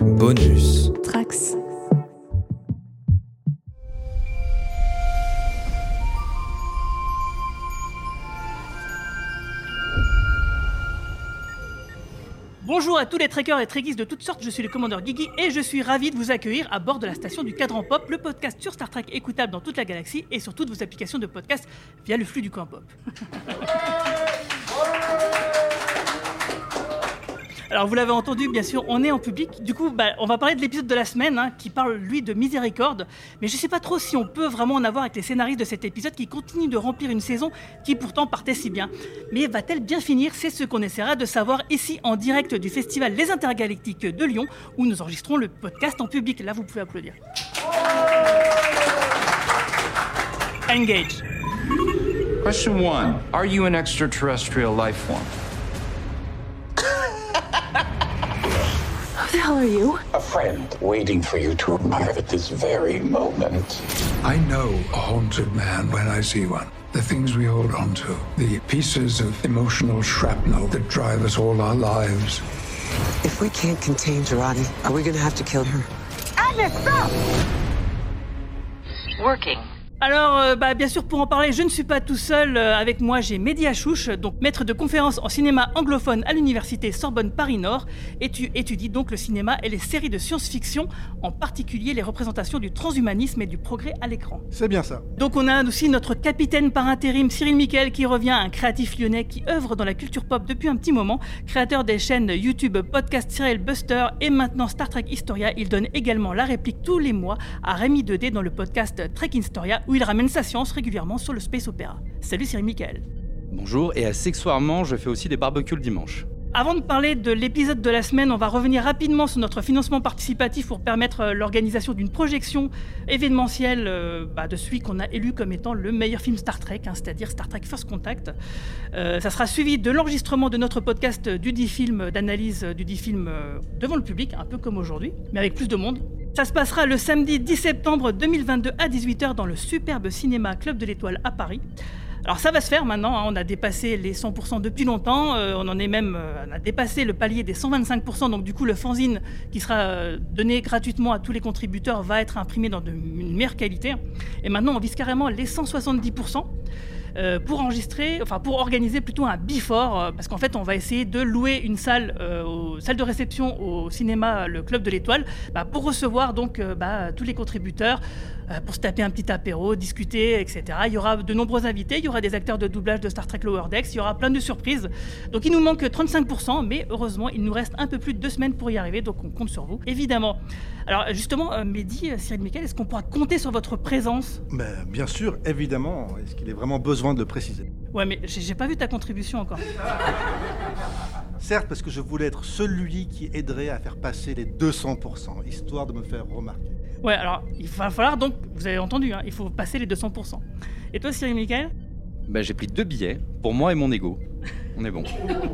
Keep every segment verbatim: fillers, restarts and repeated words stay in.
Bonus. Trax. Bonjour à tous les trekkers et trekkies de toutes sortes, je suis le commandeur Guigui et je suis ravi de vous accueillir à bord de la station du Cadran Pop, le podcast sur Star Trek écoutable dans toute la galaxie et sur toutes vos applications de podcast via le flux du coin pop. Alors vous l'avez entendu, bien sûr, on est en public. Du coup, bah, on va parler de l'épisode de la semaine, hein, qui parle, lui, de Miséricorde. Mais je sais pas trop si on peut vraiment en avoir avec les scénaristes de cet épisode qui continuent de remplir une saison qui pourtant partait si bien. Mais va-t-elle bien finir? C'est ce qu'on essaiera de savoir ici en direct du festival Les Intergalactiques de Lyon, où nous enregistrons le podcast en public. Là, vous pouvez applaudir. Engage. Question one. Are you an extraterrestrial life form? Who the hell are you? A friend waiting for you to arrive at this very moment. I know a haunted man when I see one. The things we hold on to, the pieces of emotional shrapnel that drive us all our lives. If we can't contain Girardi, are we gonna have to kill her? Agnes, stop! Working. Alors, euh, bah, bien sûr, pour en parler, je ne suis pas tout seul. Euh, avec moi, j'ai Mehdi Achouch, donc maître de conférences en cinéma anglophone à l'université Sorbonne Paris-Nord. Et tu étudies donc le cinéma et les séries de science-fiction, en particulier les représentations du transhumanisme et du progrès à l'écran. C'est bien ça. Donc on a aussi notre capitaine par intérim, Cyril Miquel, qui revient, un créatif lyonnais qui œuvre dans la culture pop depuis un petit moment, créateur des chaînes YouTube, podcast Serial Buster et maintenant Star Trek Historia. Il donne également la réplique tous les mois à Rémi deux D dans le podcast Trek Historia, où il ramène sa science régulièrement sur le space opéra. Salut Cyril Miquel. Bonjour, et accessoirement, je fais aussi des barbecues le dimanche. Avant de parler de l'épisode de la semaine, on va revenir rapidement sur notre financement participatif pour permettre l'organisation d'une projection événementielle euh, bah, de celui qu'on a élu comme étant le meilleur film Star Trek, hein, c'est-à-dire Star Trek First Contact. Euh, ça sera suivi de l'enregistrement de notre podcast du dit film, d'analyse du dit film euh, devant le public, un peu comme aujourd'hui, mais avec plus de monde. Ça se passera le samedi dix septembre deux mille vingt-deux à dix-huit heures dans le superbe cinéma Club de l'Étoile à Paris. Alors ça va se faire maintenant, hein, on a dépassé les cent pour cent depuis longtemps, euh, on en est même, euh, on a dépassé le palier des cent vingt-cinq pour cent, donc du coup le fanzine qui sera euh, donné gratuitement à tous les contributeurs va être imprimé dans de, une meilleure qualité. Et maintenant on vise carrément les cent soixante-dix pour cent. Euh, pour enregistrer, enfin pour organiser plutôt un before, euh, parce qu'en fait on va essayer de louer une salle, euh, aux, salle de réception au cinéma, le Club de l'Étoile, bah, pour recevoir donc euh, bah, tous les contributeurs, euh, pour se taper un petit apéro, discuter, et cetera. Il y aura de nombreux invités, il y aura des acteurs de doublage de Star Trek Lower Decks, il y aura plein de surprises. Donc il nous manque trente-cinq pour cent, mais heureusement il nous reste un peu plus de deux semaines pour y arriver, donc on compte sur vous, évidemment. Alors justement, euh, Mehdi, Cyril Miquel, est-ce qu'on pourra compter sur votre présence? Ben, bien sûr, évidemment. Est-ce qu'il est vraiment besoin de le préciser? Ouais, mais j'ai, j'ai pas vu ta contribution encore. Certes, parce que je voulais être celui qui aiderait à faire passer les deux cents pour cent, histoire de me faire remarquer. Ouais, alors il va falloir donc, vous avez entendu, hein, il faut passer les deux cents pour cent. Et toi, Cyril Miquel? Bah, j'ai pris deux billets, pour moi et mon ego. On est bon.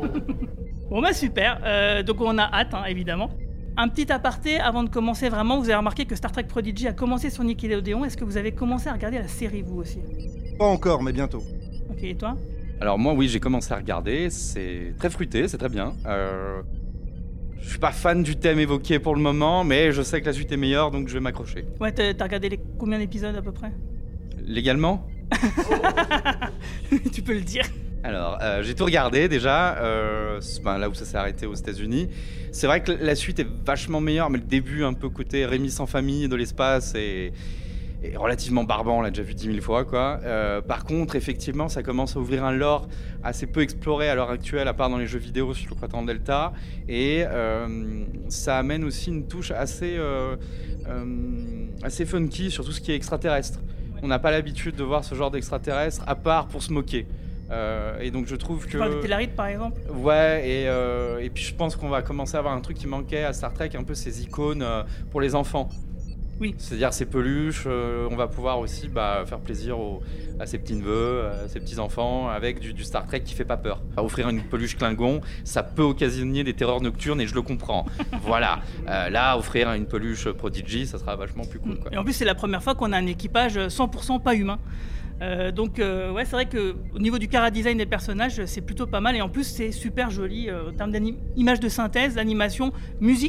Bon bah super, euh, donc on a hâte, hein, évidemment. Un petit aparté avant de commencer vraiment, vous avez remarqué que Star Trek Prodigy a commencé sur Nickelodeon. Est-ce que vous avez commencé à regarder la série, vous aussi? Pas encore, mais bientôt. Ok, et toi? Alors moi, oui, j'ai commencé à regarder, c'est très fruité, c'est très bien. Euh... Je suis pas fan du thème évoqué pour le moment, mais je sais que la suite est meilleure, donc je vais m'accrocher. Ouais, t'as, t'as regardé les... combien d'épisodes à peu près? Légalement? Tu peux le dire. Alors, euh, j'ai tout regardé déjà, euh, ben, là où ça s'est arrêté aux États-Unis. C'est vrai que la suite est vachement meilleure, mais le début, un peu côté Rémi sans famille de l'espace, est, est relativement barbant, on l'a déjà vu dix mille fois, quoi. Euh, par contre, effectivement, ça commence à ouvrir un lore assez peu exploré à l'heure actuelle, à part dans les jeux vidéo sur le Quadrant Delta, et euh, ça amène aussi une touche assez, euh, euh, assez funky sur tout ce qui est extraterrestre. On n'a pas l'habitude de voir ce genre d'extraterrestre, à part pour se moquer. Euh, et donc je trouve que... Tu parles de Tellarides par exemple? Ouais, et, euh, et puis je pense qu'on va commencer à avoir un truc qui manquait à Star Trek, un peu ces icônes euh, pour les enfants. Oui. C'est-à-dire ces peluches, euh, on va pouvoir aussi bah, faire plaisir aux, à ses petits-neveux, à ses petits-enfants, avec du, du Star Trek qui fait pas peur. À offrir une peluche Klingon, ça peut occasionner des terreurs nocturnes et je le comprends. Voilà. Euh, là, offrir une peluche Prodigy, ça sera vachement plus cool, quoi. Et en plus, c'est la première fois qu'on a un équipage cent pour cent pas humain. Euh, donc euh, ouais, c'est vrai qu'au niveau du chara-design des personnages, c'est plutôt pas mal. Et en plus, c'est super joli euh, en termes d'images de synthèse, d'animation, musique.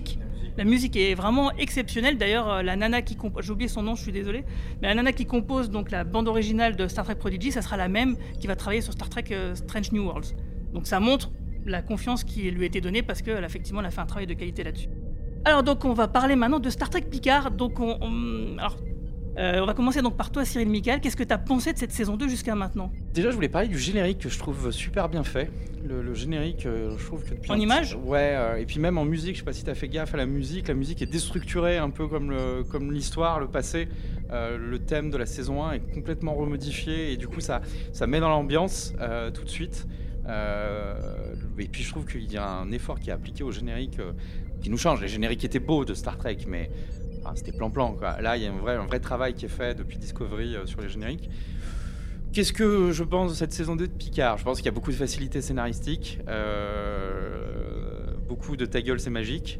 La musique est vraiment exceptionnelle. D'ailleurs, euh, la nana qui compose, j'ai oublié son nom, je suis désolé, mais la nana qui compose donc la bande originale de Star Trek Prodigy, ça sera la même qui va travailler sur Star Trek euh, Strange New Worlds. Donc ça montre la confiance qui lui a été donnée parce qu'elle effectivement elle a fait un travail de qualité là-dessus. Alors donc on va parler maintenant de Star Trek Picard. Donc on, on, alors, euh, on va commencer donc par toi Cyril Michael. Qu'est-ce que tu as pensé de cette saison deux jusqu'à maintenant ? Déjà je voulais parler du générique que je trouve super bien fait. Le, le générique, euh, je trouve que depuis en image, ouais, euh, et puis même en musique, je sais pas si tu as fait gaffe à la musique. La musique est déstructurée un peu comme le, comme l'histoire, le passé. Euh, le thème de la saison un est complètement remodifié et du coup ça, ça met dans l'ambiance euh, tout de suite. Euh, et puis je trouve qu'il y a un effort qui est appliqué au générique euh, qui nous change. Les génériques étaient beaux de Star Trek, mais enfin, c'était plan-plan, quoi. Là, il y a un vrai, un vrai travail qui est fait depuis Discovery euh, sur les génériques. Qu'est-ce que je pense de cette saison deux de Picard ? Je pense qu'il y a beaucoup de facilité scénaristique, euh, beaucoup de ta gueule, c'est magique.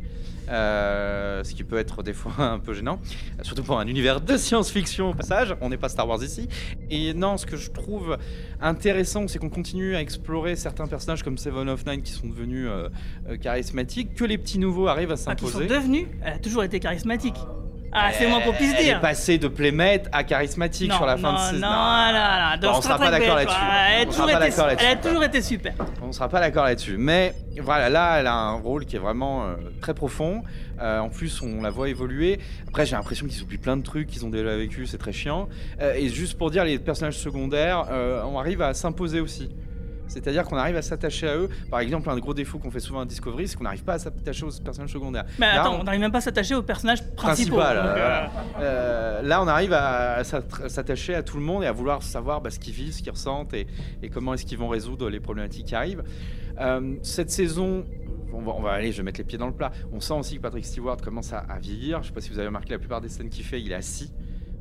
Euh, ce qui peut être des fois un peu gênant, surtout pour un univers de science-fiction au passage, on n'est pas Star Wars ici. Et non, ce que je trouve intéressant, c'est qu'on continue à explorer certains personnages comme Seven of Nine qui sont devenus euh, euh, charismatiques, que les petits nouveaux arrivent à s'imposer. Ah, qui sont devenus, elle a toujours été charismatique. Ah, c'est moins qu'on puisse dire. Elle est passée de playmate à charismatique non, sur la non, fin de saison. Non, non, non, bon, on ne sera pas d'accord là-dessus. Elle, on sera pas d'accord là-dessus. Elle a toujours été super. On ne sera pas d'accord là-dessus. Mais voilà, là, elle a un rôle qui est vraiment euh, très profond. Euh, en plus, on la voit évoluer. Après, j'ai l'impression qu'ils oublient plein de trucs qu'ils ont déjà vécu. C'est très chiant. Euh, et juste pour dire, les personnages secondaires, euh, on arrive à s'imposer aussi. C'est-à-dire qu'on arrive à s'attacher à eux. Par exemple, un des gros défauts qu'on fait souvent à Discovery, c'est qu'on n'arrive pas à s'attacher aux personnages secondaires. Mais là, attends, on on n'arrive même pas à s'attacher aux personnages principaux. Principal, donc, euh, euh... Euh, là, on arrive à s'attacher à tout le monde et à vouloir savoir bah, ce qu'ils vivent, ce qu'ils ressentent et, et comment est-ce qu'ils vont résoudre les problématiques qui arrivent. Euh, cette saison, on va, on va aller, je vais mettre les pieds dans le plat. On sent aussi que Patrick Stewart commence à, à vieillir. Je ne sais pas si vous avez remarqué, la plupart des scènes qu'il fait, il est assis.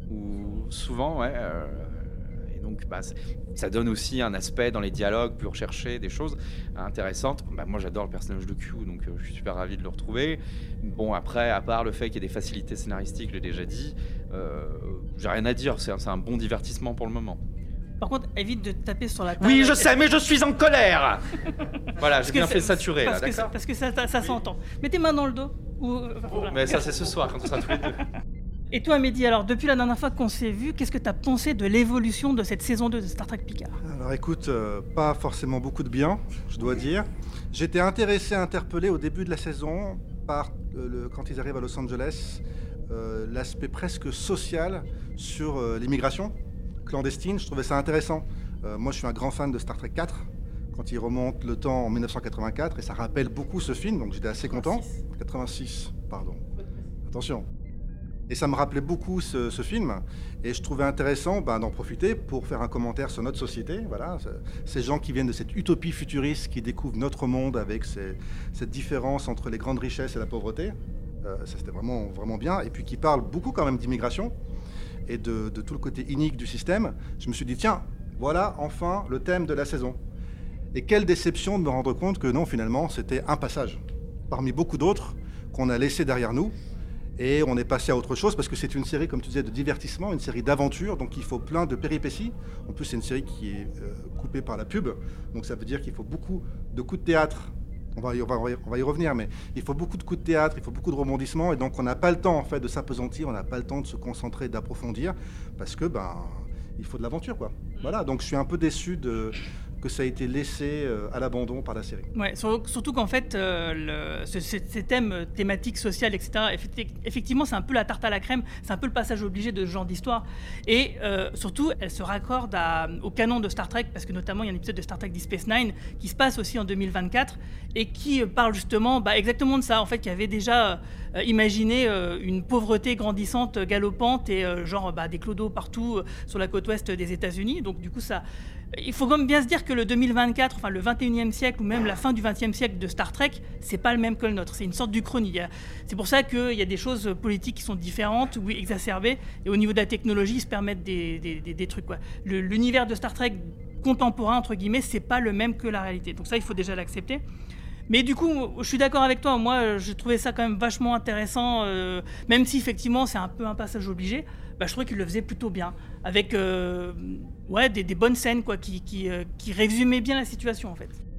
Ou souvent, ouais. Euh, Donc, bah, ça donne aussi un aspect dans les dialogues plus recherchés, des choses intéressantes. Bah, moi, j'adore le personnage de Q, donc euh, je suis super ravi de le retrouver. Bon, après, à part le fait qu'il y ait des facilités scénaristiques, je l'ai déjà dit, euh, j'ai rien à dire. C'est un, c'est un bon divertissement pour le moment. Par contre, évite de taper sur la table. Oui, je sais, mais je suis en colère. Voilà, j'ai bien fait saturer, parce là, que d'accord ? Parce que ça, ça, ça s'entend. Mets tes mains dans le dos. Ou... Voilà. Mais ça, c'est ce soir, quand on sera tous les deux. Et toi, Mehdi, alors depuis la dernière fois qu'on s'est vu, qu'est-ce que tu as pensé de l'évolution de cette saison deux de Star Trek Picard ? Alors écoute, euh, pas forcément beaucoup de bien, je dois dire. J'étais intéressé, interpellé au début de la saison par, euh, le, quand ils arrivent à Los Angeles, euh, l'aspect presque social sur euh, l'immigration clandestine. Je trouvais ça intéressant. Euh, moi, je suis un grand fan de Star Trek quatre, quand il remonte le temps en dix-neuf cent quatre-vingt-quatre, et ça rappelle beaucoup ce film, donc j'étais assez content. quatre-vingt-six, pardon. Attention. Et ça me rappelait beaucoup ce, ce film, et je trouvais intéressant ben, d'en profiter pour faire un commentaire sur notre société. Voilà, ces gens qui viennent de cette utopie futuriste, qui découvrent notre monde avec ces, cette différence entre les grandes richesses et la pauvreté. Euh, ça, c'était vraiment, vraiment bien. Et puis qui parlent beaucoup quand même d'immigration et de, de tout le côté inique du système. Je me suis dit, tiens, voilà enfin le thème de la saison. Et quelle déception de me rendre compte que non, finalement, c'était un passage parmi beaucoup d'autres qu'on a laissé derrière nous. Et on est passé à autre chose parce que c'est une série, comme tu disais, de divertissement, une série d'aventure, donc il faut plein de péripéties. En plus, c'est une série qui est euh, coupée par la pub, donc ça veut dire qu'il faut beaucoup de coups de théâtre. On va, y, on, va, on va y revenir, mais il faut beaucoup de coups de théâtre, il faut beaucoup de rebondissements, et donc on n'a pas le temps en fait de s'apesantir, on n'a pas le temps de se concentrer, d'approfondir, parce que ben il faut de l'aventure, quoi. Voilà, donc je suis un peu déçu de que ça a été laissé euh, à l'abandon par la série. Ouais, sur, surtout qu'en fait, euh, le, ce, ces thèmes thématiques sociales, et cetera, effectivement, c'est un peu la tarte à la crème, c'est un peu le passage obligé de ce genre d'histoire. Et euh, surtout, elle se raccorde à, au canon de Star Trek, parce que notamment, il y a un épisode de Star Trek Deep Space Nine qui se passe aussi en deux mille vingt-quatre et qui parle justement bah, exactement de ça, en fait, qui avait déjà euh, imaginé euh, une pauvreté grandissante, galopante, et euh, genre bah, des clodos partout euh, sur la côte ouest des États-Unis. Donc, du coup, ça... Il faut quand même bien se dire que le deux mille vingt-quatre, enfin le vingt et unième siècle ou même la fin du vingtième siècle de Star Trek, c'est pas le même que le nôtre, c'est une sorte d'uchronie. C'est pour ça qu'il y a des choses politiques qui sont différentes ou exacerbées, et au niveau de la technologie, ils se permettent des, des, des, des trucs, quoi. Le, l'univers de Star Trek contemporain, entre guillemets, c'est pas le même que la réalité. Donc ça, il faut déjà l'accepter. Mais du coup, je suis d'accord avec toi. Moi, j'ai trouvé ça quand même vachement intéressant, euh, même si effectivement c'est un peu un passage obligé. Bah, je trouvais qu'il le faisait plutôt bien, avec euh, ouais, des, des bonnes scènes quoi, qui, qui, euh, qui résumaient bien la situation en fait.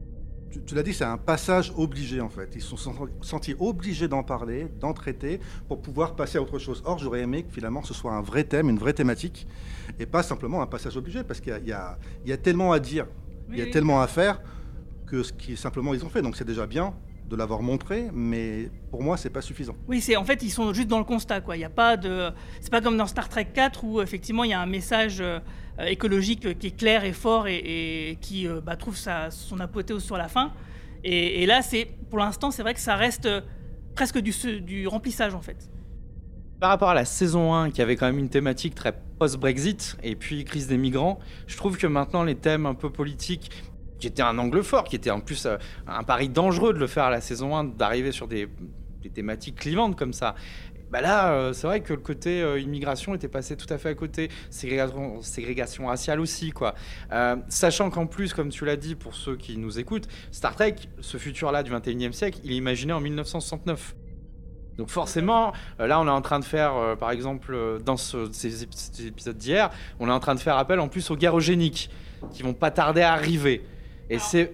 tu, tu l'as dit, c'est un passage obligé en fait. Ils se sont sentis obligés d'en parler, d'en traiter pour pouvoir passer à autre chose. Or, j'aurais aimé que finalement ce soit un vrai thème, une vraie thématique et pas simplement un passage obligé parce qu'il y a, il y a, il y a tellement à dire, oui, il y a oui. tellement à faire que ce qui simplement ils ont fait. Donc c'est déjà bien de l'avoir montré, mais pour moi, c'est pas suffisant. Oui, c'est en fait, ils sont juste dans le constat, quoi. Il y a pas de, c'est pas comme dans Star Trek quatre où effectivement il y a un message euh, écologique qui est clair et fort et, et qui euh, bah, trouve sa, son apothéose sur la fin. Et, et là, c'est, pour l'instant, c'est vrai que ça reste euh, presque du, du remplissage en fait. Par rapport à la saison un, qui avait quand même une thématique très post-Brexit et puis crise des migrants, je trouve que maintenant les thèmes un peu politiques, qui était un angle fort, qui était en plus euh, un pari dangereux de le faire à la saison un, d'arriver sur des, des thématiques clivantes comme ça. Bah là, euh, c'est vrai que le côté euh, immigration était passé tout à fait à côté, ségrégation, ségrégation raciale aussi, quoi. Euh, sachant qu'en plus, comme tu l'as dit, pour ceux qui nous écoutent, Star Trek, ce futur-là du vingt et unième siècle, il est imaginé en mille neuf cent soixante-neuf. Donc forcément, euh, là on est en train de faire, euh, par exemple, euh, dans ce, ces, ces épisodes d'hier, on est en train de faire appel en plus aux guerres eugéniques, qui vont pas tarder à arriver. Et Alors, c'est...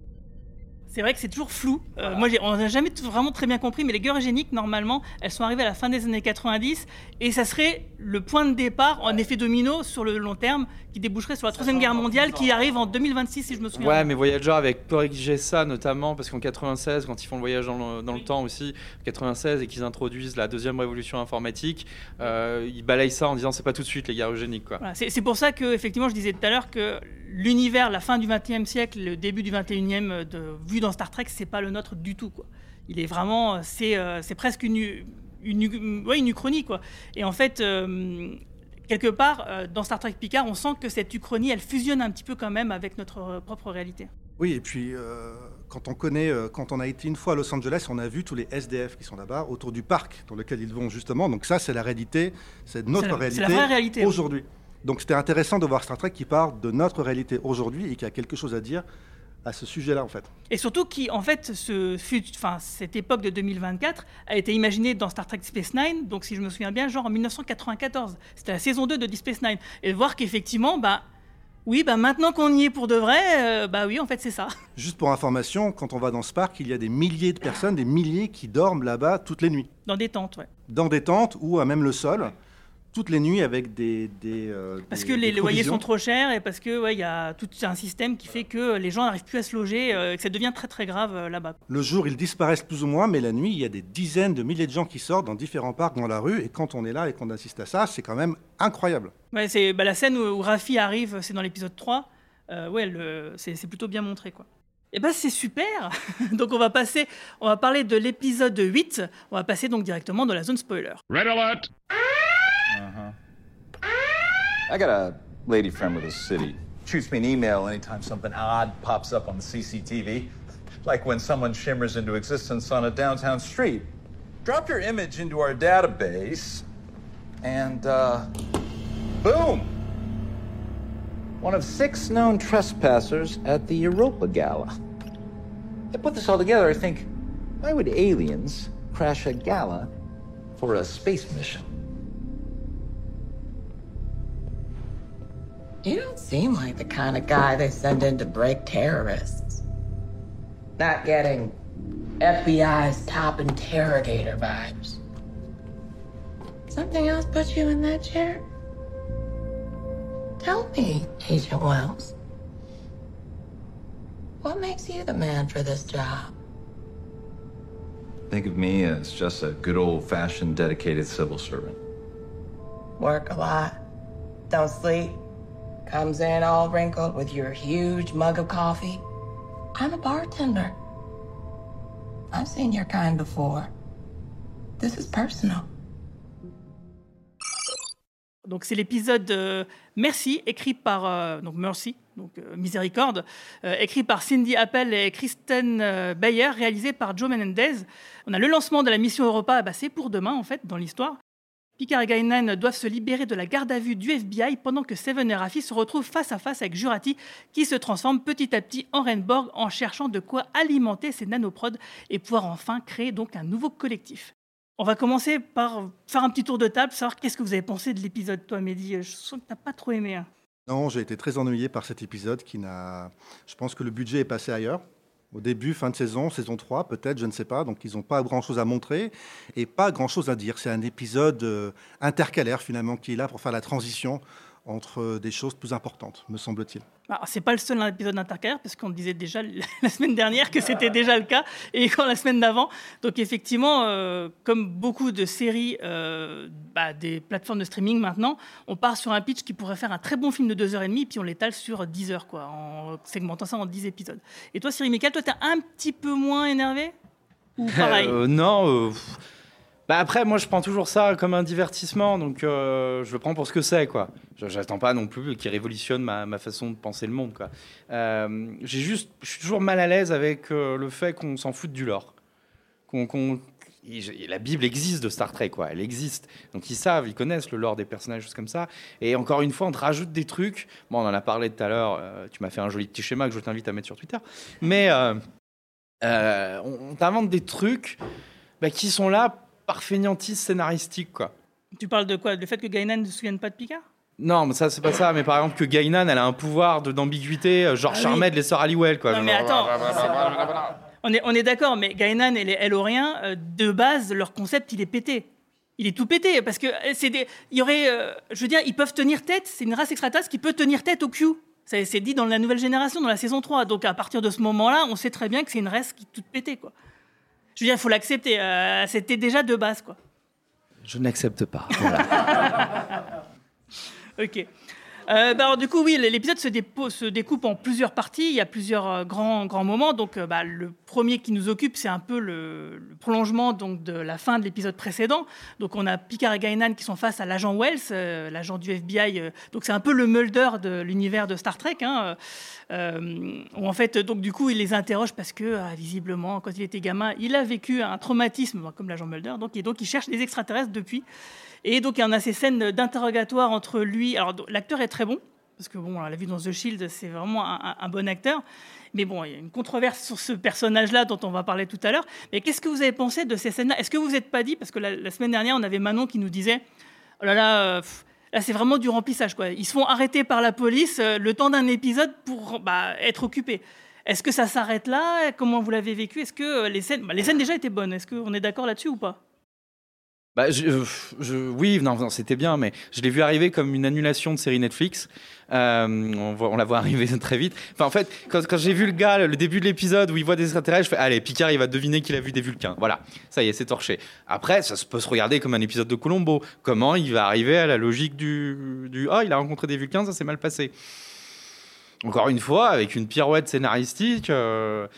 c'est vrai que c'est toujours flou. Euh, moi, j'ai, on n'a jamais t- vraiment très bien compris, mais les guerres eugéniques, normalement, elles sont arrivées à la fin des années quatre-vingt-dix, et ça serait le point de départ, en effet domino, sur le long terme, qui déboucherait sur la Troisième Guerre mondiale, qui arrive en deux mille vingt-six, si je me souviens. Ouais, mais Voyager avait corrigé ça, notamment, parce qu'en quatre-vingt-seize, quand ils font le voyage dans le, dans le temps aussi, quatre-vingt-seize, et qu'ils introduisent la deuxième révolution informatique, euh, ils balayent ça en disant c'est pas tout de suite les guerres eugéniques, quoi. Voilà, c'est, c'est pour ça que, effectivement, je disais tout à l'heure que l'univers, la fin du vingtième siècle, le début du vingt et unième, de, vu dans Star Trek, c'est pas le nôtre du tout, quoi. Il est vraiment, c'est, euh, c'est presque une, une, une, ouais, une uchronie, quoi. Et en fait, euh, quelque part, euh, dans Star Trek Picard, on sent que cette uchronie, elle fusionne un petit peu quand même avec notre euh, propre réalité. Oui, et puis euh, quand on connaît, euh, quand on a été une fois à Los Angeles, on a vu tous les S D F qui sont là-bas, autour du parc dans lequel ils vont justement. Donc ça, c'est la réalité, c'est notre c'est la, réalité, c'est la vraie réalité aujourd'hui. Oui. Donc c'était intéressant de voir Star Trek qui parle de notre réalité aujourd'hui et qui a quelque chose à dire à ce sujet-là, en fait. Et surtout qui, en fait, ce, enfin, cette époque de deux mille vingt-quatre a été imaginée dans Star Trek Deep Space Nine, donc si je me souviens bien, genre en mille neuf cent quatre-vingt-quatorze. C'était la saison deux de Deep Space Nine. Et de voir qu'effectivement, bah, oui, bah, maintenant qu'on y est pour de vrai, euh, bah oui, en fait, c'est ça. Juste pour information, quand on va dans ce parc, il y a des milliers de personnes, des milliers qui dorment là-bas toutes les nuits. Dans des tentes, ouais. Dans des tentes ou à même le sol. Toutes les nuits avec des, des euh, parce des, que les, des les loyers sont trop chers et parce que ouais, y a tout un système qui fait que les gens n'arrivent plus à se loger euh, et que ça devient très très grave euh, là-bas. Le jour, ils disparaissent plus ou moins, mais la nuit, il y a des dizaines de milliers de gens qui sortent dans différents parcs dans la rue et quand on est là et qu'on assiste à ça, c'est quand même incroyable. Ouais, c'est bah, la scène où, où Raffi arrive, c'est dans l'épisode trois. Euh, ouais, le, c'est, c'est plutôt bien montré, quoi. Et ben c'est super. Donc on va passer, on va parler de l'épisode huit. On va passer donc directement dans la zone spoiler. Red alert. Uh-huh. I got a lady friend with a city. Shoots me an email anytime something odd pops up on the C C T V. Like when someone shimmers into existence on a downtown street. Drop your image into our database, and uh, boom! One of six known trespassers at the Europa Gala. I put this all together, I think, why would aliens crash a gala for a space mission? You don't seem like the kind of guy they send in to break terrorists. Not getting F B I's top interrogator vibes. Something else put you in that chair? Tell me, Agent Wells. What makes you the man for this job? Think of me as just a good old-fashioned dedicated civil servant. Work a lot. Don't sleep. Comes in all wrinkled with your huge mug of coffee. I'm a bartender. I've seen your kind before. This is personal. Donc c'est l'épisode euh, Merci, écrit par euh, donc Mercy, donc euh, Miséricorde, euh, écrit par Cindy Appel et Kristen euh, Beyer, réalisé par Joe Menendez. On a le lancement de la mission Europa, bah, c'est pour demain en fait dans l'histoire. Picard et Guinan doivent se libérer de la garde à vue du F B I pendant que Seven et Raffi se retrouvent face à face avec Jurati qui se transforme petit à petit en Renborg en cherchant de quoi alimenter ses nanoprods et pouvoir enfin créer donc un nouveau collectif. On va commencer par faire un petit tour de table, savoir qu'est-ce que vous avez pensé de l'épisode, toi Mehdi. Je sens que tu n'as pas trop aimé. Hein. Non, j'ai été très ennuyé par cet épisode qui n'a... Je pense que le budget est passé ailleurs. Au début, fin de saison, saison trois, peut-être, je ne sais pas. Donc, ils n'ont pas grand-chose à montrer et pas grand-chose à dire. C'est un épisode euh, intercalaire, finalement, qui est là pour faire la transition entre des choses plus importantes, me semble-t-il. Alors, c'est pas le seul épisode intercalaire, parce qu'on disait déjà la semaine dernière que c'était déjà le cas, et quand la semaine d'avant. Donc effectivement, euh, comme beaucoup de séries euh, bah, des plateformes de streaming maintenant, on part sur un pitch qui pourrait faire un très bon film de deux heures trente, puis on l'étale sur dix heures, quoi, en segmentant ça en dix épisodes. Et toi, Cyril Michael, toi, t'es un petit peu moins énervé ? Ou pareil ? euh, Non... Euh... Bah après, moi, je prends toujours ça comme un divertissement, donc euh, je le prends pour ce que c'est, quoi. J'attends pas non plus qu'il révolutionne ma, ma façon de penser le monde, quoi. Euh, j'ai juste, je suis toujours mal à l'aise avec euh, le fait qu'on s'en foute du lore. Qu'on, qu'on, la Bible existe de Star Trek, quoi. Elle existe. Donc ils savent, ils connaissent le lore des personnages, choses comme ça. Et encore une fois, on te rajoute des trucs. Bon, on en a parlé tout à l'heure. Euh, tu m'as fait un joli petit schéma que je t'invite à mettre sur Twitter. Mais euh, euh, on, on t'invente des trucs bah, qui sont là par fainéantise scénaristique, quoi. Tu parles de quoi ? Le fait que Guinan ne se souvienne pas de Picard ? Non, mais ça, c'est pas ça. Mais par exemple, que Guinan, elle a un pouvoir de, d'ambiguïté, genre ah, Charmed, oui. Les sœurs Halliwell, quoi. Non, mais attends, on est, on est d'accord, mais Guinan et les Eloriens, euh, de base, leur concept, il est pété. Il est tout pété, parce que c'est des... Il y aurait... Euh, je veux dire, ils peuvent tenir tête, c'est une race extraterrestre qui peut tenir tête au Q. Ça, c'est dit dans la nouvelle génération, dans la saison trois. Donc, à partir de ce moment-là, on sait très bien que c'est une race qui est toute pétée, quoi. Je veux dire, il faut l'accepter. Euh, c'était déjà de base, quoi. Je n'accepte pas. Voilà. Ok. Euh, bah alors, du coup, oui, l'épisode se, dépo- se découpe en plusieurs parties. Il y a plusieurs euh, grands, grands moments. Donc, euh, bah, le premier qui nous occupe, c'est un peu le, le prolongement donc, de la fin de l'épisode précédent. Donc, on a Picard et Guinan qui sont face à l'agent Wells, euh, l'agent du F B I. Euh, donc, c'est un peu le Mulder de l'univers de Star Trek. Hein, euh, où, en fait, donc, du coup, il les interroge parce que, euh, visiblement, quand il était gamin, il a vécu un traumatisme, comme l'agent Mulder. Donc, et donc, il cherche des extraterrestres depuis. Et donc, on a ces scènes d'interrogatoire entre lui... Alors, l'acteur est très bon, parce que, bon, on l'a vu dans The Shield, c'est vraiment un, un, un bon acteur. Mais bon, il y a une controverse sur ce personnage-là dont on va parler tout à l'heure. Mais qu'est-ce que vous avez pensé de ces scènes-là ? Est-ce que vous vous êtes pas dit, parce que la, la semaine dernière, on avait Manon qui nous disait « Oh là là, euh, pff, là c'est vraiment du remplissage, quoi. Ils se font arrêter par la police euh, le temps d'un épisode pour bah, être occupés. » Est-ce que ça s'arrête là ? Comment vous l'avez vécu ? Est-ce que euh, les scènes... Bah, les scènes déjà étaient bonnes. Est-ce qu'on est d'accord là-dessus ou pas ? Bah, je, je, oui, non, non, c'était bien, mais je l'ai vu arriver comme une annulation de série Netflix. Euh, on, voit, on la voit arriver très vite. Enfin, en fait, quand, quand j'ai vu le gars, le début de l'épisode où il voit des extraterrestres, je fais allez, Picard, il va deviner qu'il a vu des Vulcains. Voilà, ça y est, c'est torché. Après, ça peut se regarder comme un épisode de Columbo. Comment il va arriver à la logique du, du ah, il a rencontré des Vulcains, ça s'est mal passé. Encore une fois, avec une pirouette scénaristique. Euh,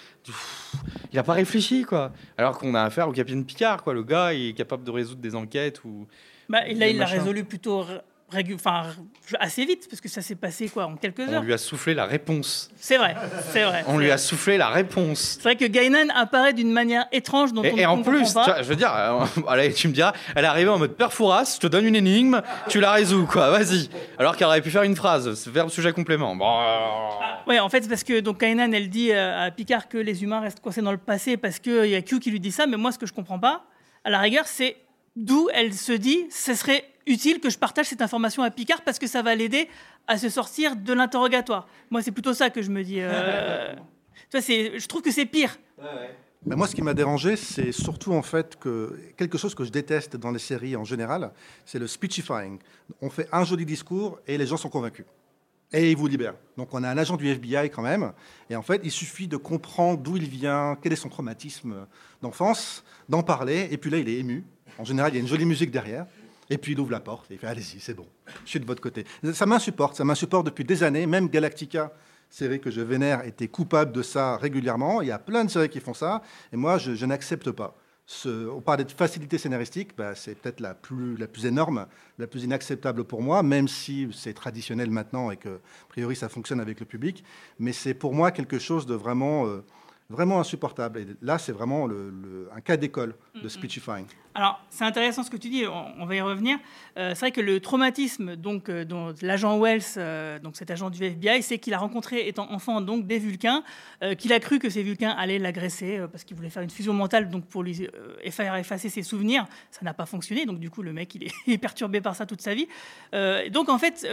il n'a pas réfléchi, quoi. Alors qu'on a affaire au capitaine Picard, quoi. Le gars, il est capable de résoudre des enquêtes ou. Bah, là, il l'a résolu plutôt régu... enfin, assez vite, parce que ça s'est passé quoi, en quelques heures. On lui a soufflé la réponse. C'est vrai, c'est vrai. On c'est lui vrai. a soufflé la réponse. C'est vrai que Guinan apparaît d'une manière étrange dont et, on et ne en comprend plus, pas. Tu vois, je veux dire, euh, allez, tu me diras, elle est arrivée en mode Père Fouras, je te donne une énigme, tu la résous, quoi. Vas-y. Alors qu'elle aurait pu faire une phrase, verbe sujet complément. Bon. Ah, ouais, en fait, c'est parce que donc Guinan, elle dit à Picard que les humains restent coincés dans le passé parce qu'il y a Q qui lui dit ça, mais moi, ce que je comprends pas, à la rigueur, c'est d'où elle se dit, ce serait utile que je partage cette information à Picard parce que ça va l'aider à se sortir de l'interrogatoire. Moi, c'est plutôt ça que je me dis. Euh... tu vois, c'est, je trouve que c'est pire. Ouais, ouais. Ben moi, ce qui m'a dérangé, c'est surtout en fait que quelque chose que je déteste dans les séries en général, c'est le speechifying. On fait un joli discours et les gens sont convaincus. Et ils vous libèrent. Donc on a un agent du F B I quand même. Et en fait, il suffit de comprendre d'où il vient, quel est son traumatisme d'enfance, d'en parler. Et puis là, il est ému. En général, il y a une jolie musique derrière. Et puis il ouvre la porte et il fait « Allez-y, c'est bon, je suis de votre côté ». Ça m'insupporte, ça m'insupporte depuis des années. Même Galactica, série que je vénère, était coupable de ça régulièrement. Il y a plein de séries qui font ça. Et moi, je, je n'accepte pas. Ce, on parle de facilité scénaristique, bah, c'est peut-être la plus, la plus énorme, la plus inacceptable pour moi, même si c'est traditionnel maintenant et que, a priori, ça fonctionne avec le public. Mais c'est pour moi quelque chose de vraiment... Euh, vraiment insupportable. Et là, c'est vraiment le, le, un cas d'école de speechifying. Alors, c'est intéressant ce que tu dis, on, on va y revenir. Euh, c'est vrai que le traumatisme donc, euh, dont l'agent Wells, euh, donc cet agent du F B I, c'est qu'il a rencontré, étant enfant, donc, des Vulcains, euh, qu'il a cru que ces Vulcains allaient l'agresser euh, parce qu'il voulait faire une fusion mentale donc, pour lui euh, faire effacer ses souvenirs. Ça n'a pas fonctionné, donc du coup, le mec, il est, il est perturbé par ça toute sa vie. Euh, donc, en fait... Euh,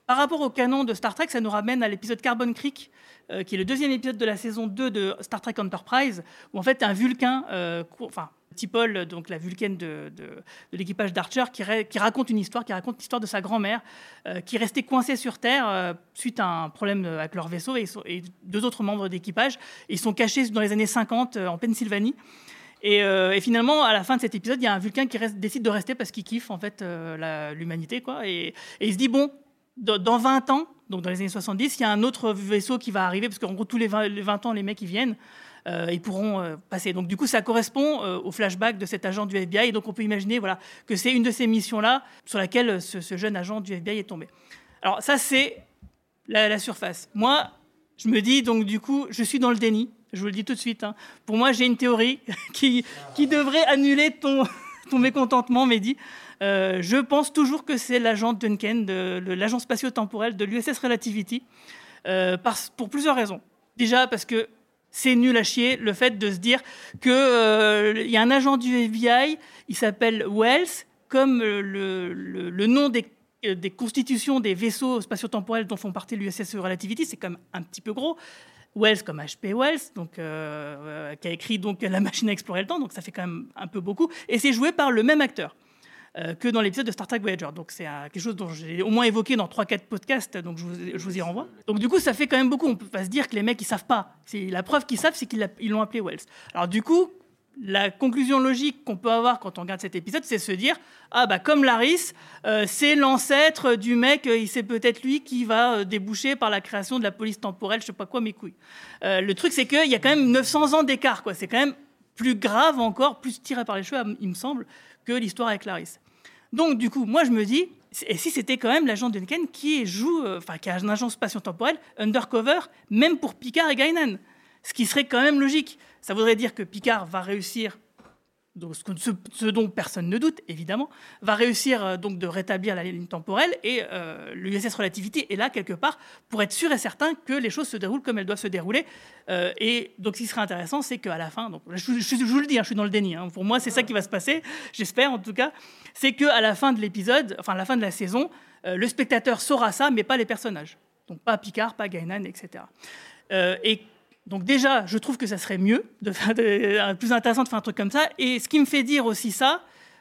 par rapport au canon de Star Trek, ça nous ramène à l'épisode Carbon Creek, euh, qui est le deuxième épisode de la saison deux de Star Trek Enterprise, où en fait un Vulcain, euh, cour- enfin T'Pol, donc la Vulcaine de, de, de l'équipage d'Archer, qui, ra- qui raconte une histoire, qui raconte l'histoire de sa grand-mère, euh, qui est restée coincée sur Terre euh, suite à un problème avec leur vaisseau et, ils sont- et deux autres membres d'équipage. Ils sont cachés dans les années cinquante euh, en Pennsylvanie. Et, euh, et finalement, à la fin de cet épisode, il y a un Vulcain qui reste, décide de rester parce qu'il kiffe en fait euh, la- l'humanité, quoi. Et, et il se dit bon, dans dans vingt ans, donc dans les années soixante-dix, il y a un autre vaisseau qui va arriver parce qu'en gros tous les vingt, les vingt ans, les mecs ils viennent. Euh, ils pourront euh, passer. Donc du coup, ça correspond euh, au flashback de cet agent du F B I. Et donc on peut imaginer, voilà, que c'est une de ces missions-là sur laquelle euh, ce, ce jeune agent du F B I est tombé. Alors ça, c'est la, la surface. Moi, je me dis donc du coup, je suis dans le déni. Je vous le dis tout de suite. Hein. Pour moi, j'ai une théorie qui, qui devrait annuler ton, ton mécontentement, Mehdi. Euh, je pense toujours que c'est l'agent Duncan, de, de l'agent spatio-temporel de l'U S S Relativity, euh, par, pour plusieurs raisons. Déjà parce que c'est nul à chier le fait de se dire qu'il euh, y a un agent du F B I, il s'appelle Wells, comme le, le, le nom des, des constitutions des vaisseaux spatio-temporels dont font partie l'U S S Relativity, c'est quand même un petit peu gros. Wells comme H P Wells, donc, euh, euh, qui a écrit donc, La machine à explorer le temps, donc ça fait quand même un peu beaucoup. Et c'est joué par le même acteur euh, que dans l'épisode de Star Trek Voyager. Donc c'est euh, quelque chose dont j'ai au moins évoqué dans trois quatre podcasts, donc je vous, je vous y renvoie. Donc du coup, ça fait quand même beaucoup. On peut pas se dire que les mecs, ils savent pas. C'est, la preuve qu'ils savent, c'est qu'ils l'a- ils l'ont appelé Wells. Alors du coup, la conclusion logique qu'on peut avoir quand on regarde cet épisode, c'est se dire ah bah comme Laris, euh, c'est l'ancêtre du mec, euh, c'est peut-être lui qui va euh, déboucher par la création de la police temporelle, je sais pas quoi, mes couilles. Euh, le truc c'est qu'il y a quand même neuf cents ans d'écart, quoi. C'est quand même plus grave encore, plus tiré par les cheveux, il me semble, que l'histoire avec Laris. Donc du coup, moi je me dis, et si c'était quand même l'agent Duncan qui joue, euh, enfin qui a un agent spatio-temporel undercover, même pour Picard et Guinan, ce qui serait quand même logique. Ça voudrait dire que Picard va réussir, donc ce, ce dont personne ne doute, évidemment, va réussir euh, donc de rétablir la ligne temporelle et euh, l'U S S Relativity est là, quelque part, pour être sûr et certain que les choses se déroulent comme elles doivent se dérouler. Euh, et donc, ce qui serait intéressant, c'est qu'à la fin, donc, je, je, je vous le dis, hein, je suis dans le déni, hein, pour moi, c'est ça qui va se passer, j'espère en tout cas, c'est qu'à la fin de l'épisode, enfin, à la fin de la saison, euh, le spectateur saura ça, mais pas les personnages. Donc, pas Picard, pas Guinan, et cetera. Euh, et Donc déjà, je trouve que ça serait mieux, de faire de, plus intéressant de faire un truc comme ça. Et ce qui me fait dire aussi ça,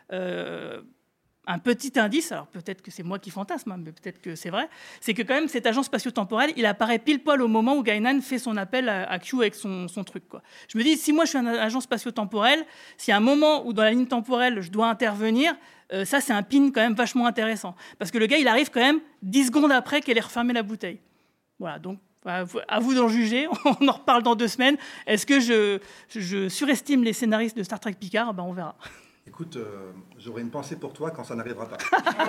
euh, un petit indice, alors peut-être que c'est moi qui fantasme, hein, mais peut-être que c'est vrai, c'est que quand même cet agent spatio-temporel, il apparaît pile poil au moment où Guinan fait son appel à, à Q avec son, son truc, quoi. Je me dis, si moi je suis un agent spatio-temporel, s'il y a un moment où dans la ligne temporelle je dois intervenir, euh, ça c'est un pin quand même vachement intéressant. Parce que le gars, il arrive quand même dix secondes après qu'elle ait refermé la bouteille. Voilà, donc à vous d'en juger, on en reparle dans deux semaines. Est-ce que je, je surestime les scénaristes de Star Trek Picard? Ben, on verra. Écoute, euh, j'aurai une pensée pour toi quand ça n'arrivera pas.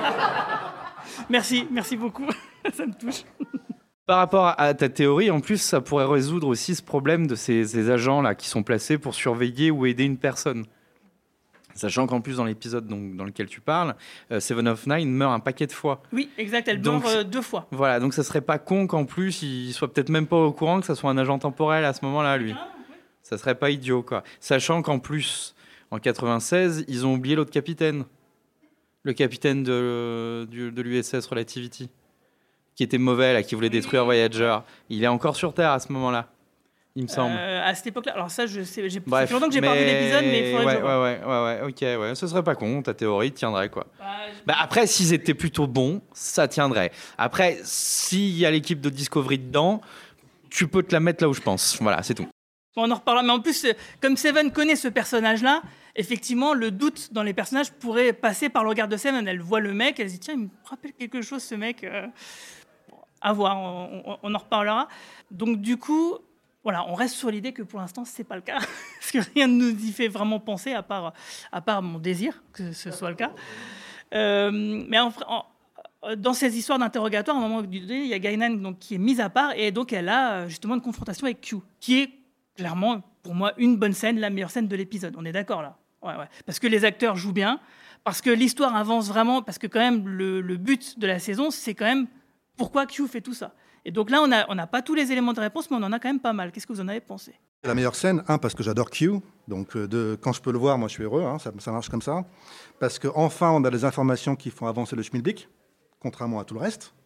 Merci, merci beaucoup, ça me touche. Par rapport à ta théorie, en plus, ça pourrait résoudre aussi ce problème de ces, ces agents-là qui sont placés pour surveiller ou aider une personne. Sachant qu'en plus, dans l'épisode donc, dans lequel tu parles, euh, Seven of Nine meurt un paquet de fois. Oui, exact, elle donc, meurt euh, deux fois. Voilà, donc ça serait pas con qu'en plus, il soit peut-être même pas au courant que ça soit un agent temporel à ce moment-là, lui. Ah, oui. Ça serait pas idiot, quoi. Sachant qu'en plus, en quatre-vingt-seize, ils ont oublié l'autre capitaine. Le capitaine de, de, de l'U S S Relativity. Qui était mauvais, là, qui voulait détruire Voyager. Il est encore sur Terre à ce moment-là. Il me semble. Euh, à cette époque-là, alors ça, je sais, j'ai Bref, ça fait longtemps que j'ai mais... pas vu l'épisode, mais il faudrait ouais, que je vois. ouais, ouais, ouais, ok, ouais, ce serait pas con, ta théorie tiendrait, quoi. Bah, je... bah, après, s'ils étaient plutôt bons, ça tiendrait. Après, s'il y a l'équipe de Discovery dedans, tu peux te la mettre là où je pense. Voilà, c'est tout. On en reparlera, mais en plus, comme Seven connaît ce personnage-là, effectivement, le doute dans les personnages pourrait passer par le regard de Seven. Elle voit le mec, elle se dit, tiens, il me rappelle quelque chose, ce mec. Euh... Bon, à voir, on, on, on en reparlera. Donc, du coup... Voilà, on reste sur l'idée que pour l'instant, ce n'est pas le cas, parce que rien ne nous y fait vraiment penser, à part, à part mon désir que ce soit le cas. Euh, mais en, en, dans ces histoires d'interrogatoire, à un moment donné, il y a Guinan donc, qui est mise à part, et donc elle a justement une confrontation avec Q, qui est clairement, pour moi, une bonne scène, la meilleure scène de l'épisode. On est d'accord, là? Ouais, ouais. Parce que les acteurs jouent bien, parce que l'histoire avance vraiment, parce que quand même, le, le but de la saison, c'est quand même pourquoi Q fait tout ça. Et donc là, on n'a on a pas tous les éléments de réponse, mais on en a quand même pas mal. Qu'est-ce que vous en avez pensé? La meilleure scène, un, parce que j'adore Q, donc de, quand je peux le voir, moi je suis heureux, hein, ça, ça marche comme ça. Parce qu'enfin, on a des informations qui font avancer le schmilblick, contrairement à tout le reste.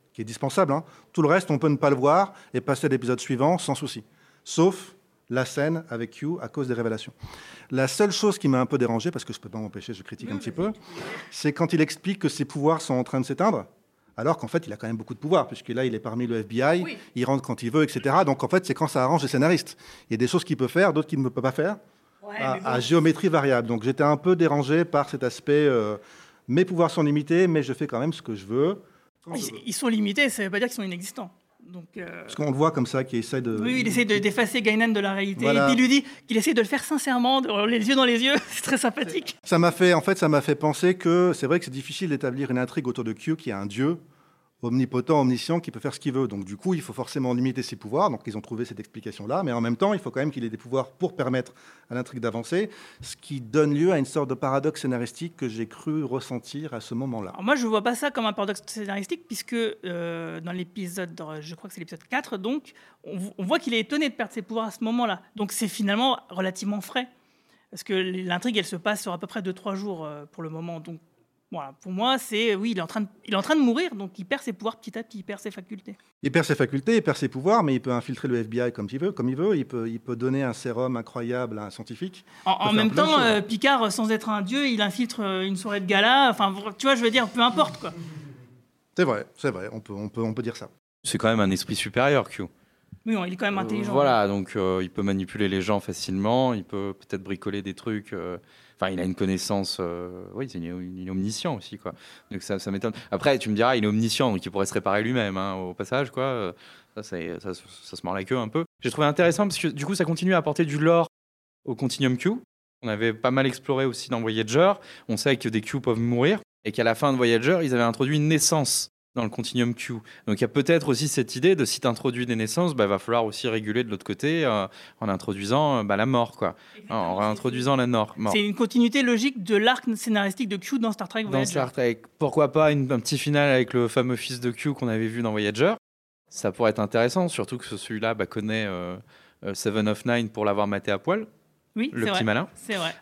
qui est dispensable. Hein. Tout le reste, on peut ne pas le voir et passer à l'épisode suivant sans souci. Sauf la scène avec Q à cause des révélations. La seule chose qui m'a un peu dérangé, parce que je ne peux pas m'empêcher, je critique un petit peu, c'est quand il explique que ses pouvoirs sont en train de s'éteindre, alors qu'en fait, il a quand même beaucoup de pouvoirs, puisque là, il est parmi le F B I, oui. il rentre quand il veut, et cetera. Donc, en fait, c'est quand ça arrange les scénaristes. Il y a des choses qu'il peut faire, d'autres qu'il ne peut pas faire, ouais, à, bon. à géométrie variable. Donc, j'étais un peu dérangé par cet aspect, euh, mes pouvoirs sont limités, mais je fais quand même ce que je veux. Ils, je veux. ils sont limités, ça ne veut pas dire qu'ils sont inexistants. Donc, euh... Parce qu'on le voit comme ça, qu'il essaie de... Oui, il essaie de, d'effacer Guinan de la réalité. Voilà. Et puis il lui dit qu'il essaie de le faire sincèrement, les yeux dans les yeux. C'est très sympathique. Ça m'a fait, en fait, ça m'a fait penser que c'est vrai que c'est difficile d'établir une intrigue autour de Q, qui est un dieu omnipotent, omniscient, qui peut faire ce qu'il veut. Donc du coup, il faut forcément limiter ses pouvoirs. Donc ils ont trouvé cette explication-là. Mais en même temps, il faut quand même qu'il ait des pouvoirs pour permettre à l'intrigue d'avancer, ce qui donne lieu à une sorte de paradoxe scénaristique que j'ai cru ressentir à ce moment-là. Alors moi, je ne vois pas ça comme un paradoxe scénaristique, puisque euh, dans l'épisode, je crois que c'est l'épisode quatre, donc, on, on voit qu'il est étonné de perdre ses pouvoirs à ce moment-là. Donc c'est finalement relativement frais. Parce que l'intrigue, elle se passe sur à peu près deux trois jours euh, pour le moment. Donc voilà, pour moi, c'est oui, il est en train de, il est en train de mourir, donc il perd ses pouvoirs petit à petit, il perd ses facultés. Il perd ses facultés, il perd ses pouvoirs, mais il peut infiltrer le F B I comme il veut, comme il veut. Il peut, il peut donner un sérum incroyable à un scientifique. En, en même temps, euh, Picard, sans être un dieu, il infiltre une soirée de gala. Enfin, tu vois, je veux dire, peu importe quoi. C'est vrai, c'est vrai. On peut, on peut, on peut dire ça. C'est quand même un esprit supérieur, Q. Oui, non, il est quand même intelligent. Euh, voilà, donc euh, il peut manipuler les gens facilement, il peut peut-être bricoler des trucs. Euh... Enfin, il a une connaissance... Euh... Oui, il est, il est omniscient aussi, quoi. Donc ça, ça m'étonne. Après, tu me diras, il est omniscient, donc il pourrait se réparer lui-même, hein, au passage, quoi. Ça, ça, ça, ça se mord la queue un peu. J'ai trouvé intéressant parce que, du coup, ça continue à apporter du lore au Continuum Q. On avait pas mal exploré aussi dans Voyager. On sait que des Q peuvent mourir et qu'à la fin de Voyager, ils avaient introduit une naissance dans le Continuum Q. Donc il y a peut-être aussi cette idée de si tu introduis des naissances, bah, va falloir aussi réguler de l'autre côté euh, en introduisant bah, la mort, quoi. En réintroduisant la mort. mort. C'est une continuité logique de l'arc scénaristique de Q dans Star Trek Voyager. Dans Star Trek. Pourquoi pas une, un petit final avec le fameux fils de Q qu'on avait vu dans Voyager. Ça pourrait être intéressant, surtout que celui-là bah, connaît euh, euh, Seven of Nine pour l'avoir maté à poil. Oui, le c'est petit vrai. malin. C'est vrai.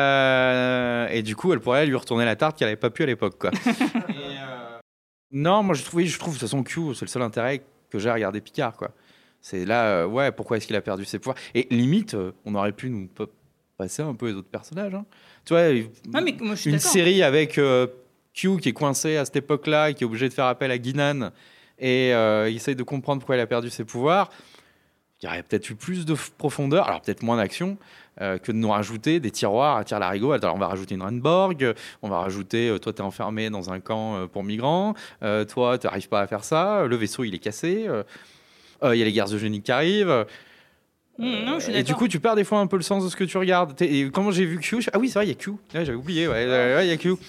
Euh, et du coup, elle pourrait lui retourner la tarte qu'elle n'avait pas pu à l'époque, quoi. et, euh... Non, moi je trouve, je trouve de toute façon Q, c'est le seul intérêt que j'ai à regarder Picard, quoi. C'est là, euh, ouais, pourquoi est-ce qu'il a perdu ses pouvoirs ? Et limite, euh, on aurait pu nous p- passer un peu les autres personnages. Hein. Tu vois, ah, mais moi, je suis une d'accord. série avec euh, Q qui est coincé à cette époque-là, et qui est obligé de faire appel à Guinan, et euh, il essaye de comprendre pourquoi il a perdu ses pouvoirs. Il y aurait peut-être eu plus de f- profondeur, alors peut-être moins d'action, euh, que de nous rajouter des tiroirs à tire-larigot. Alors on va rajouter une Renborg, on va rajouter euh, toi t'es enfermé dans un camp euh, pour migrants, euh, toi t'arrives pas à faire ça, le vaisseau il est cassé, il euh, euh, y a les guerres eugéniques qui arrivent. Mmh, non, je suis et du coup tu perds des fois un peu le sens de ce que tu regardes. T'es, et comment j'ai vu Q, je... ah oui c'est vrai il y a Q, ouais, j'avais oublié, ouais, il ouais, y a Q.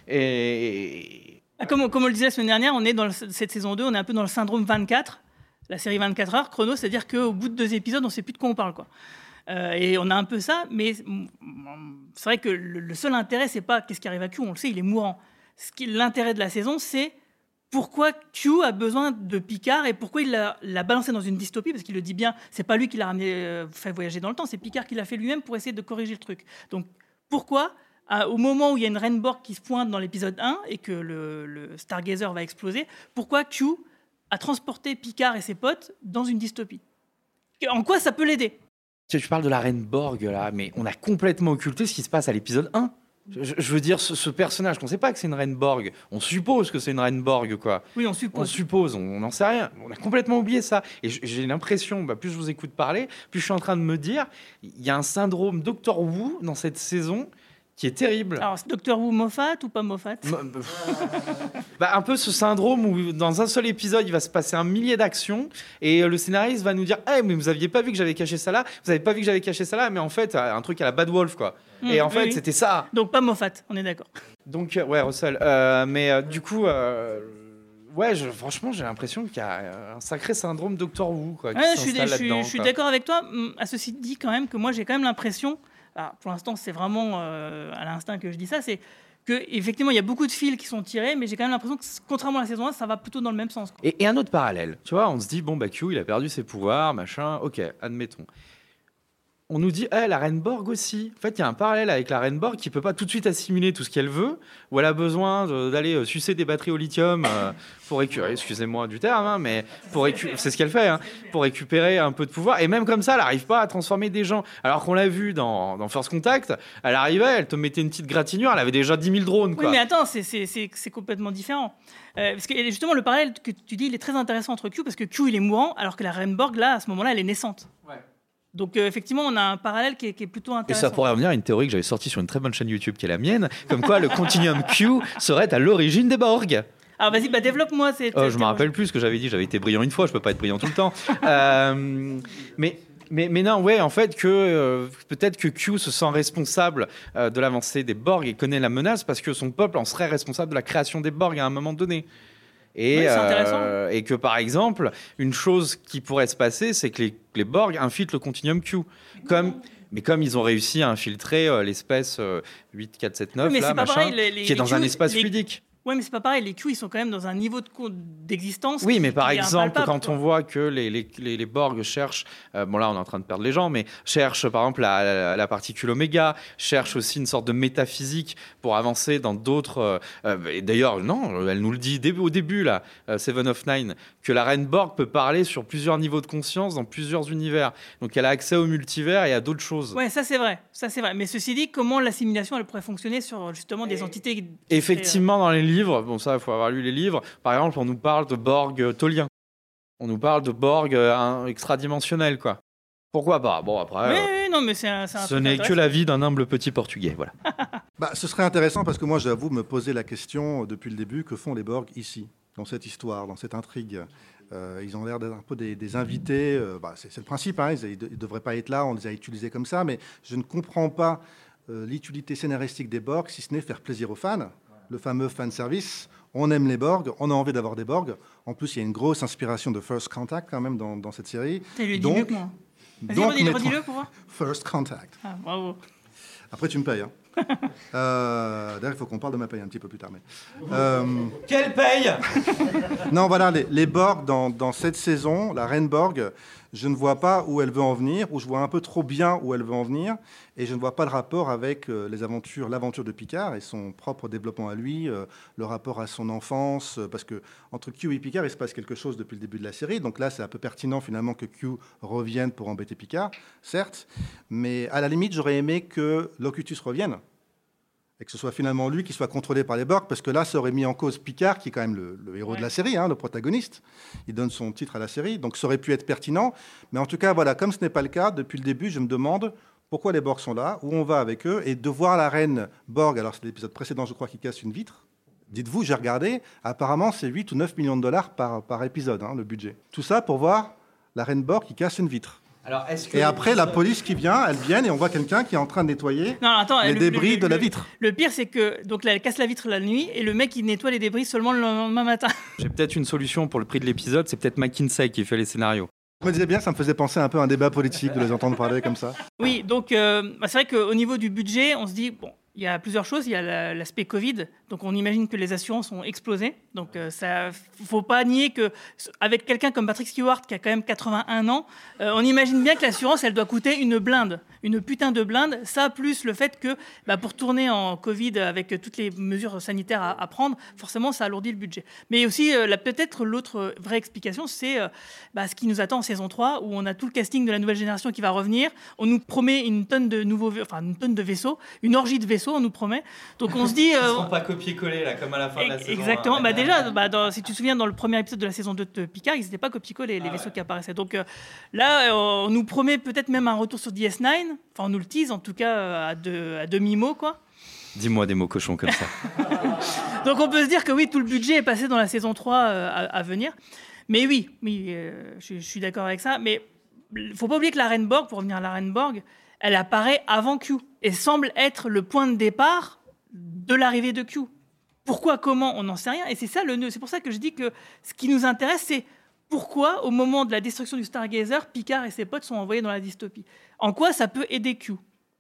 Et... Comme, comme on le disait la semaine dernière, on est dans le, cette saison deux, on est un peu dans le syndrome vingt-quatre. La série vingt-quatre heures, chrono, c'est-à-dire qu'au bout de deux épisodes, on ne sait plus de quoi on parle, quoi. Euh, et on a un peu ça, mais c'est vrai que le, le seul intérêt, c'est pas qu'est-ce qui arrive à Q, on le sait, il est mourant. Ce qui, l'intérêt de la saison, c'est pourquoi Q a besoin de Picard et pourquoi il l'a, l'a balancé dans une dystopie, parce qu'il le dit bien, c'est pas lui qui l'a ramené, euh, fait voyager dans le temps, c'est Picard qui l'a fait lui-même pour essayer de corriger le truc. Donc pourquoi, à, au moment où il y a une Renborg qui se pointe dans l'épisode un et que le, le Stargazer va exploser, pourquoi Q à transporter Picard et ses potes dans une dystopie. En quoi ça peut l'aider ? Tu parles de la Renborg, là, mais on a complètement occulté ce qui se passe à l'épisode un. Je, je veux dire, ce, ce personnage, qu'on ne sait pas que c'est une Renborg. On suppose que c'est une Renborg, quoi. Oui, on suppose. On suppose, on n'en sait rien. On a complètement oublié ça. Et j'ai l'impression, bah, plus je vous écoute parler, plus je suis en train de me dire, il y a un syndrome Doctor Who dans cette saison qui est terrible. Alors, c'est Doctor Who Moffat ou pas Moffat ? bah, Un peu ce syndrome où dans un seul épisode, il va se passer un millier d'actions et le scénariste va nous dire hey, « mais vous aviez pas vu que j'avais caché ça là ? Vous avez pas vu que j'avais caché ça là ?» Mais en fait, un truc à la Bad Wolf, quoi. Mmh, et en fait, oui. c'était ça. Donc pas Moffat, on est d'accord. Donc, ouais, Russell. Euh, mais euh, du coup... Euh... Ouais, je, franchement, j'ai l'impression qu'il y a un sacré syndrome Doctor Who, quoi, qui ouais, s'installe je suis, là-dedans. Je suis d'accord avec toi. À ceci dit, quand même, que moi, j'ai quand même l'impression... Alors, pour l'instant, c'est vraiment euh, à l'instinct que je dis ça, c'est qu'effectivement, il y a beaucoup de fils qui sont tirés, mais j'ai quand même l'impression que, contrairement à la saison un, ça va plutôt dans le même sens. Et, et un autre parallèle, tu vois, on se dit, bon, bah, Q, il a perdu ses pouvoirs, machin, ok, admettons. on nous dit hey, la reine Borg aussi. En fait, il y a un parallèle avec la reine Borg qui peut pas tout de suite assimiler tout ce qu'elle veut, ou elle a besoin de, d'aller euh, sucer des batteries au lithium euh, pour récupérer, excusez-moi du terme, hein, mais pour récu- c'est ce qu'elle fait, hein, pour récupérer un peu de pouvoir. Et même comme ça, elle n'arrive pas à transformer des gens. Alors qu'on l'a vu dans, dans First Contact, elle arrivait, elle te mettait une petite gratinure, elle avait déjà dix mille drones. Quoi. Oui, mais attends, c'est, c'est, c'est, c'est complètement différent. Euh, parce que justement, le parallèle que tu dis, il est très intéressant entre Q, parce que Q, il est mourant, alors que la reine Borg, là, à ce moment-là, elle est naissante. Ouais. Donc euh, effectivement, on a un parallèle qui est, qui est plutôt intéressant. Et ça pourrait revenir à une théorie que j'avais sortie sur une très bonne chaîne YouTube qui est la mienne, comme quoi le Continuum Q serait à l'origine des Borg. Alors vas-y, bah, développe-moi. C'est, euh, je me rappelle plus ce que j'avais dit, j'avais été brillant une fois, je peux pas être brillant tout le temps. euh, mais... Mais, mais non, ouais, en fait, que euh, peut-être que Q se sent responsable euh, de l'avancée des Borg et connaît la menace parce que son peuple en serait responsable de la création des Borg à un moment donné. Et, oui, euh, et que par exemple, une chose qui pourrait se passer, c'est que les, les Borg infiltrent le Continuum Q. Comme, mais comme ils ont réussi à infiltrer euh, l'espèce euh, huit quatre sept neuf, oui, là, machin, pareil, les, les, qui est dans Q, un espace les... fluidique. Oui, mais c'est pas pareil. Les Q, ils sont quand même dans un niveau de co- d'existence. Oui, qui, mais par qui exemple, quand quoi. on voit que les, les, les, les Borg cherchent, euh, bon là on est en train de perdre les gens, mais cherchent par exemple la, la, la particule oméga, cherchent aussi une sorte de métaphysique pour avancer dans d'autres. Euh, et d'ailleurs, non, elle nous le dit dès, au début là, euh, Seven of Nine, que la reine Borg peut parler sur plusieurs niveaux de conscience dans plusieurs univers. Donc elle a accès au multivers et à d'autres choses. Ouais, ça c'est vrai, ça c'est vrai. Mais ceci dit, comment l'assimilation elle pourrait fonctionner sur justement des entités. Effectivement, dans les livres, bon ça, il faut avoir lu les livres. Par exemple, on nous parle de Borg euh, toliens. On nous parle de Borg euh, extradimensionnels, quoi. Pourquoi pas ? Bon, après, oui, euh, oui, non, mais c'est un, c'est un ce n'est que la vie d'un humble petit portugais, voilà. Bah, ce serait intéressant parce que moi, j'avoue me poser la question euh, depuis le début, que font les Borg ici, dans cette histoire, dans cette intrigue ? Euh, ils ont l'air d'être un peu des, des invités. Euh, bah, c'est, c'est le principe, hein, ils ne devraient pas être là, on les a utilisés comme ça, mais je ne comprends pas euh, l'utilité scénaristique des Borg, si ce n'est faire plaisir aux fans. Le fameux fan service. On aime les Borg, on a envie d'avoir des Borg. En plus, il y a une grosse inspiration de First Contact quand même dans, dans cette série. Tu lui dis donc, mieux que moi. Vas-y, donc, redis-le, mettons... redis-le pour voir. First Contact. Ah, bravo. Après, tu me payes. Hein. euh, d'ailleurs, il faut qu'on parle de ma paye un petit peu plus tard. Mais, euh... Quelle paye ? Non, voilà, les, les Borg dans, dans cette saison, la reine Borg, je ne vois pas où elle veut en venir, ou je vois un peu trop bien où elle veut en venir, et je ne vois pas de rapport avec euh, les aventures, l'aventure de Picard et son propre développement à lui, euh, le rapport à son enfance, euh, parce que entre Q et Picard, il se passe quelque chose depuis le début de la série, donc là, c'est un peu pertinent finalement que Q revienne pour embêter Picard, certes, mais à la limite, j'aurais aimé que Locutus revienne, et que ce soit finalement lui qui soit contrôlé par les Borg, parce que là, ça aurait mis en cause Picard, qui est quand même le, le héros ouais. de la série, hein, le protagoniste. Il donne son titre à la série, donc ça aurait pu être pertinent. Mais en tout cas, voilà, comme ce n'est pas le cas, depuis le début, je me demande pourquoi les Borg sont là, où on va avec eux, et de voir la reine Borg, alors c'est l'épisode précédent, je crois, qui casse une vitre. Dites-vous, j'ai regardé, apparemment, c'est huit ou neuf millions de dollars par, par épisode, hein, le budget. Tout ça pour voir la reine Borg qui casse une vitre. Alors, est-ce que et après, la police qui vient, elle vient et on voit quelqu'un qui est en train de nettoyer non, attends, les le, débris le, de le, la vitre. Le pire, c'est que donc là, elle casse la vitre la nuit et le mec, il nettoie les débris seulement le lendemain matin. J'ai peut-être une solution pour le prix de l'épisode, c'est peut-être McKinsey qui fait les scénarios. Je me disais bien, ça me faisait penser un peu à un débat politique de les entendre parler comme ça. Oui, donc euh, bah, c'est vrai qu'au niveau du budget, on se dit, bon, il y a plusieurs choses. Il y a la, l'aspect Covid, donc on imagine que les assurances ont explosé. Donc euh, ça, faut pas nier que avec quelqu'un comme Patrick Stewart qui a quand même quatre-vingt-un ans, euh, on imagine bien que l'assurance, elle doit coûter une blinde, une putain de blinde. Ça plus le fait que bah, pour tourner en Covid avec toutes les mesures sanitaires à, à prendre, forcément ça alourdit le budget. Mais aussi euh, là, peut-être l'autre vraie explication, c'est euh, bah, ce qui nous attend en saison trois, où on a tout le casting de la nouvelle génération qui va revenir. On nous promet une tonne de nouveaux, enfin une tonne de vaisseaux, une orgie de vaisseaux. On nous promet. Donc on se dit. Ils Euh, ne seront pas copier-coller là, comme à la fin de la saison. Exactement. Hein, bah, déjà, bah, dans, si tu te souviens, dans le premier épisode de la saison deux de Picard, ils n'étaient pas copier-coller, les ah, vaisseaux ouais. qui apparaissaient. Donc euh, là, euh, on nous promet peut-être même un retour sur D S neuf. Enfin, on nous le tease, en tout cas, euh, à, de, à demi-mot, quoi. Dis-moi des mots cochons comme ça. Donc on peut se dire que oui, tout le budget est passé dans la saison trois euh, à, à venir. Mais oui, oui euh, je, je suis d'accord avec ça. Mais il ne faut pas oublier que la reine Borg, pour revenir à la reine Borg, elle apparaît avant Q et semble être le point de départ de l'arrivée de Q. Pourquoi, comment, on n'en sait rien. Et c'est ça le nœud. C'est pour ça que je dis que ce qui nous intéresse, c'est pourquoi, au moment de la destruction du Stargazer, Picard et ses potes sont envoyés dans la dystopie. En quoi ça peut aider Q ?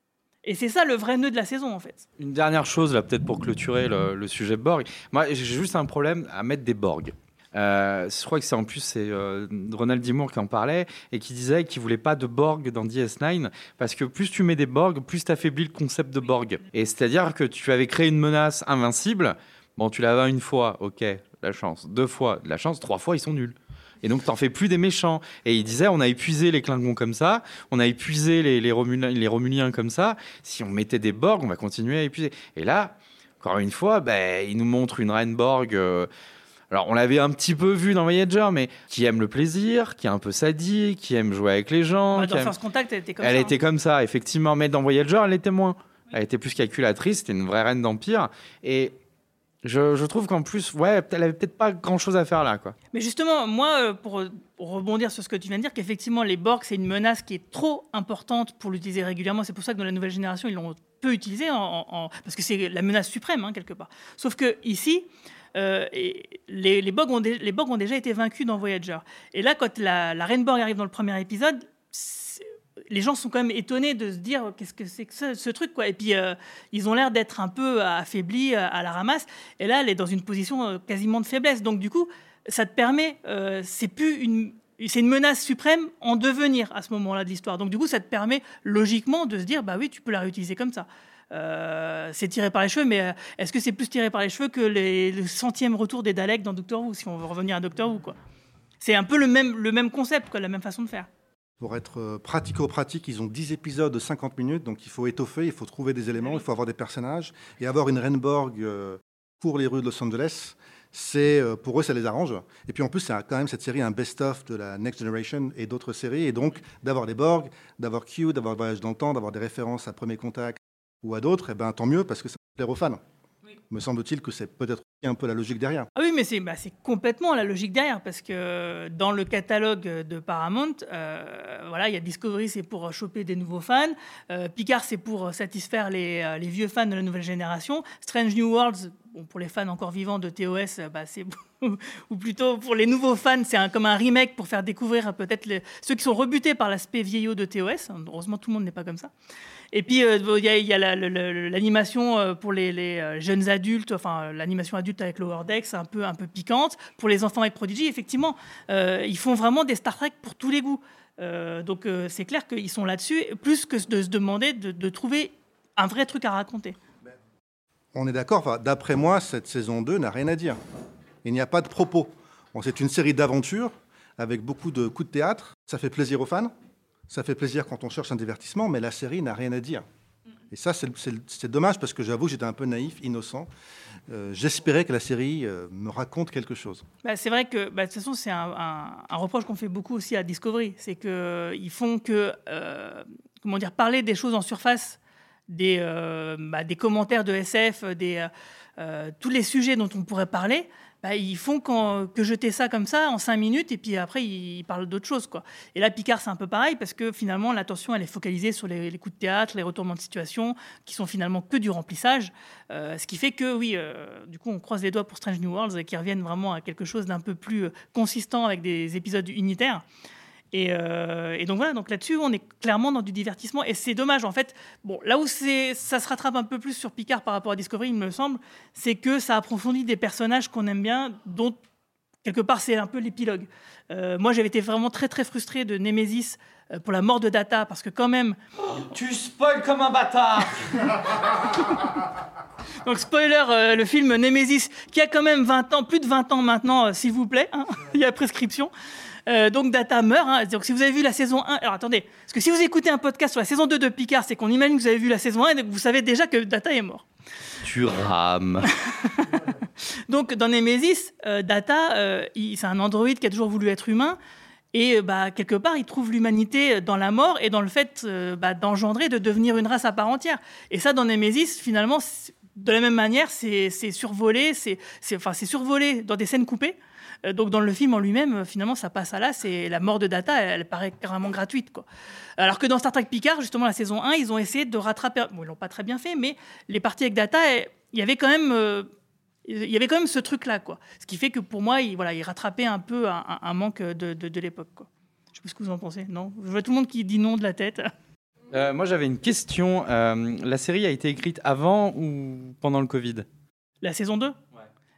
Et c'est ça le vrai nœud de la saison, en fait. Une dernière chose, là, peut-être pour clôturer le, le sujet Borg. Moi, j'ai juste un problème à mettre des Borg. Euh, je crois que c'est en plus c'est euh, Ronald D. Moore qui en parlait et qui disait qu'il voulait pas de Borg dans D S neuf parce que plus tu mets des Borg, plus tu affaiblis le concept de Borg. Et c'est-à-dire que tu avais créé une menace invincible. Bon, tu l'avais une fois, ok, la chance. Deux fois, de la chance. Trois fois, ils sont nuls. Et donc, t'en fais plus des méchants. Et il disait, on a épuisé les Klingons comme ça, on a épuisé les, les, Romuliens, les Romuliens comme ça. Si on mettait des Borg, on va continuer à épuiser. Et là, encore une fois, ben, il nous montre une reine Borg. Euh, alors, on l'avait un petit peu vu dans Voyager, mais qui aime le plaisir, qui est un peu sadique, qui aime jouer avec les gens. Bah, dans aime... First Contact, elle était comme elle ça. Elle était hein. comme ça, effectivement. Mais dans Voyager, elle était moins. Elle était plus calculatrice, c'était une vraie reine d'Empire. Et je, je trouve qu'en plus, ouais, elle avait peut-être pas grand-chose à faire là, quoi. Mais justement, moi, pour, pour rebondir sur ce que tu viens de dire, qu'effectivement, les Borg, c'est une menace qui est trop importante pour l'utiliser régulièrement. C'est pour ça que dans la nouvelle génération, ils l'ont peu utilisé, en, en, parce que c'est la menace suprême, hein, quelque part. Sauf que ici, euh, et les, les, Borg ont dé, les Borg ont déjà été vaincus dans Voyager. Et là, quand la, la reine Borg arrive dans le premier épisode, les gens sont quand même étonnés de se dire qu'est-ce que c'est que ce, ce truc, quoi. Et puis euh, ils ont l'air d'être un peu affaiblis à, à la ramasse. Et là, elle est dans une position euh, quasiment de faiblesse. Donc du coup, ça te permet, euh, c'est plus une, c'est une menace suprême en devenir à ce moment-là de l'histoire. Donc du coup, ça te permet logiquement de se dire, bah oui, tu peux la réutiliser comme ça. Euh, c'est tiré par les cheveux, mais euh, est-ce que c'est plus tiré par les cheveux que les, le centième retour des Daleks dans Doctor Who, si on veut revenir à Doctor Who, quoi. C'est un peu le même, le même concept, quoi, la même façon de faire. Pour être pratico-pratique, ils ont dix épisodes de cinquante minutes, donc il faut étoffer, il faut trouver des éléments, il faut avoir des personnages. Et avoir une reine Borg pour les rues de Los Angeles, c'est, pour eux, ça les arrange. Et puis en plus, c'est quand même cette série un best-of de la Next Generation et d'autres séries. Et donc, d'avoir des Borg, d'avoir Q, d'avoir Voyage dans le temps, d'avoir des références à Premier Contact ou à d'autres, eh ben, tant mieux, parce que ça plaît aux fans. Oui. Me semble-t-il que c'est peut-être un peu la logique derrière. Ah oui, mais c'est, bah, c'est complètement la logique derrière, parce que dans le catalogue de Paramount, euh, voilà, il y a Discovery, c'est pour choper des nouveaux fans, euh, Picard, c'est pour satisfaire les, les vieux fans de la nouvelle génération, Strange New Worlds, bon, pour les fans encore vivants de T O S, bah, c'est ou plutôt pour les nouveaux fans, c'est un, comme un remake pour faire découvrir peut-être les, ceux qui sont rebutés par l'aspect vieillot de T O S. Heureusement, tout le monde n'est pas comme ça. Et puis, il euh, y a, y a la, la, la, l'animation pour les, les jeunes adultes, enfin, l'animation adulte avec Lower Decks, un peu, un peu piquante. Pour les enfants avec Prodigy, effectivement, euh, ils font vraiment des Star Trek pour tous les goûts. Euh, donc, euh, c'est clair qu'ils sont là-dessus, plus que de se demander de, de trouver un vrai truc à raconter. On est d'accord, enfin, d'après moi, cette saison deux n'a rien à dire. Il n'y a pas de propos. Bon, c'est une série d'aventures avec beaucoup de coups de théâtre. Ça fait plaisir aux fans. Ça fait plaisir quand on cherche un divertissement, mais la série n'a rien à dire. Et ça, c'est, c'est, c'est dommage parce que j'avoue, j'étais un peu naïf, innocent. Euh, j'espérais que la série euh, me raconte quelque chose. Bah, c'est vrai que, bah, de toute façon, c'est un, un, un reproche qu'on fait beaucoup aussi à Discovery. C'est qu'ils font que, euh, comment dire, parler des choses en surface, des, euh, bah, des commentaires de S F, des, euh, tous les sujets dont on pourrait parler. Bah, ils font que jeter ça comme ça en cinq minutes et puis après ils parlent d'autre chose, quoi. Et là Picard c'est un peu pareil parce que finalement l'attention elle est focalisée sur les, les coups de théâtre, les retournements de situation qui sont finalement que du remplissage, euh, ce qui fait que oui, euh, du coup on croise les doigts pour Strange New Worlds et qu'ils reviennent vraiment à quelque chose d'un peu plus consistant avec des épisodes unitaires. Et, euh, et donc voilà, donc là-dessus, on est clairement dans du divertissement. Et c'est dommage, en fait. Bon, là où c'est, ça se rattrape un peu plus sur Picard par rapport à Discovery, il me semble, c'est que ça approfondit des personnages qu'on aime bien, dont, quelque part, c'est un peu l'épilogue. Euh, moi, j'avais été vraiment très, très frustré de Nemesis euh, pour la mort de Data, parce que quand même... Oh, tu spoil comme un bâtard. Donc, spoiler, euh, le film Nemesis, qui a quand même vingt ans, plus de vingt ans maintenant, euh, s'il vous plaît, hein, il y a prescription. Euh, donc Data meurt, hein. Donc si vous avez vu la saison un, alors attendez, parce que si vous écoutez un podcast sur la saison deux de Picard, c'est qu'on imagine que vous avez vu la saison un et que vous savez déjà que Data est mort. Tu rames. Donc dans Nemesis, euh, Data, euh, il, c'est un androïde qui a toujours voulu être humain et bah, quelque part il trouve l'humanité dans la mort et dans le fait euh, bah, d'engendrer, de devenir une race à part entière. Et ça dans Nemesis, finalement, de la même manière, c'est, c'est survolé, c'est, c'est, enfin, c'est survolé dans des scènes coupées. Donc dans le film en lui-même, finalement, ça passe à là. C'est la mort de Data, elle, elle paraît carrément gratuite, quoi. Alors que dans Star Trek Picard, justement, la saison un, ils ont essayé de rattraper... Bon, ils l'ont pas très bien fait, mais les parties avec Data, il y avait quand même, euh, il y avait quand même ce truc-là, quoi. Ce qui fait que pour moi, il, voilà, il rattrapait un peu un, un manque de, de, de l'époque, quoi. Je sais pas ce que vous en pensez. Non, je vois tout le monde qui dit non de la tête. Euh, moi, j'avais une question. Euh, la série a été écrite avant ou pendant le Covid ? La saison deux ?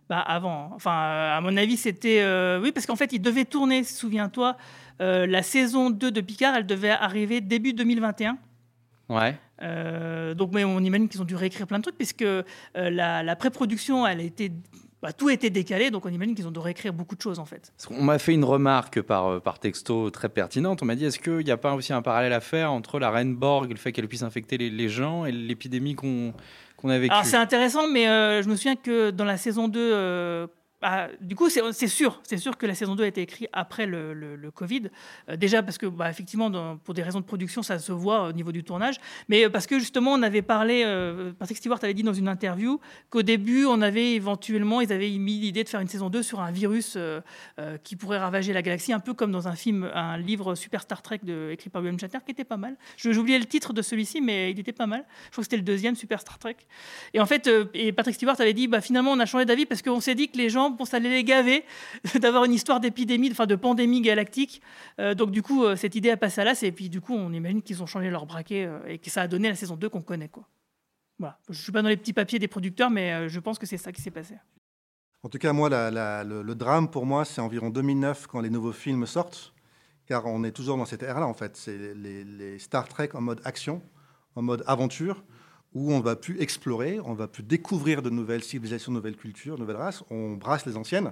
Bah avant, enfin euh, à mon avis c'était euh, oui parce qu'en fait ils devaient tourner, souviens-toi, euh, la saison deux de Picard, elle devait arriver début deux mille vingt et un. Ouais. Euh, donc mais on imagine qu'ils ont dû réécrire plein de trucs puisque euh, la, la pré-production elle a été bah, tout a été décalé, donc on imagine qu'ils ont dû réécrire beaucoup de choses en fait. On m'a fait une remarque par, par texto très pertinente. On m'a dit, est-ce qu'il n'y a pas aussi un parallèle à faire entre la reine Borg, le fait qu'elle puisse infecter les, les gens, et l'épidémie qu'on qu'on a vécue? Alors c'est intéressant, mais euh, je me souviens que dans la saison deux, euh, bah, du coup c'est c'est sûr, c'est sûr que la saison deux a été écrite après le, le, le Covid. Euh, déjà parce que bah, effectivement dans, pour des raisons de production ça se voit au niveau du tournage, mais parce que justement on avait parlé, euh, Patrick Stewart avait dit dans une interview qu'au début on avait éventuellement, ils avaient mis l'idée de faire une saison deux sur un virus euh, euh, qui pourrait ravager la galaxie, un peu comme dans un film, un livre Super Star Trek de, écrit par William Shatner qui était pas mal. Je- J'ai oublié le titre de celui-ci, mais il était pas mal. Je crois que c'était le deuxième Super Star Trek. Et en fait, euh, et Patrick Stewart avait dit, bah, finalement, on a changé d'avis parce qu'on s'est dit que les gens, bon, ça allait les gaver d'avoir une histoire d'épidémie, enfin de pandémie galactique. Euh, donc du coup, euh, cette idée a passé à l'as et puis du coup, on imagine qu'ils ont changé leur braquet euh, et que ça a donné la saison deux qu'on connaît, quoi. Voilà. Je suis pas dans les petits papiers des producteurs, mais euh, je pense que c'est ça qui s'est passé. En tout cas, moi, la- la- le, le drame pour moi, c'est environ deux mille neuf quand les nouveaux films sortent, car on est toujours dans cette ère-là, en fait. C'est les, les Star Trek en mode action, en mode aventure, où on va plus explorer, on va plus découvrir de nouvelles civilisations, de nouvelles cultures, de nouvelles races. On brasse les anciennes,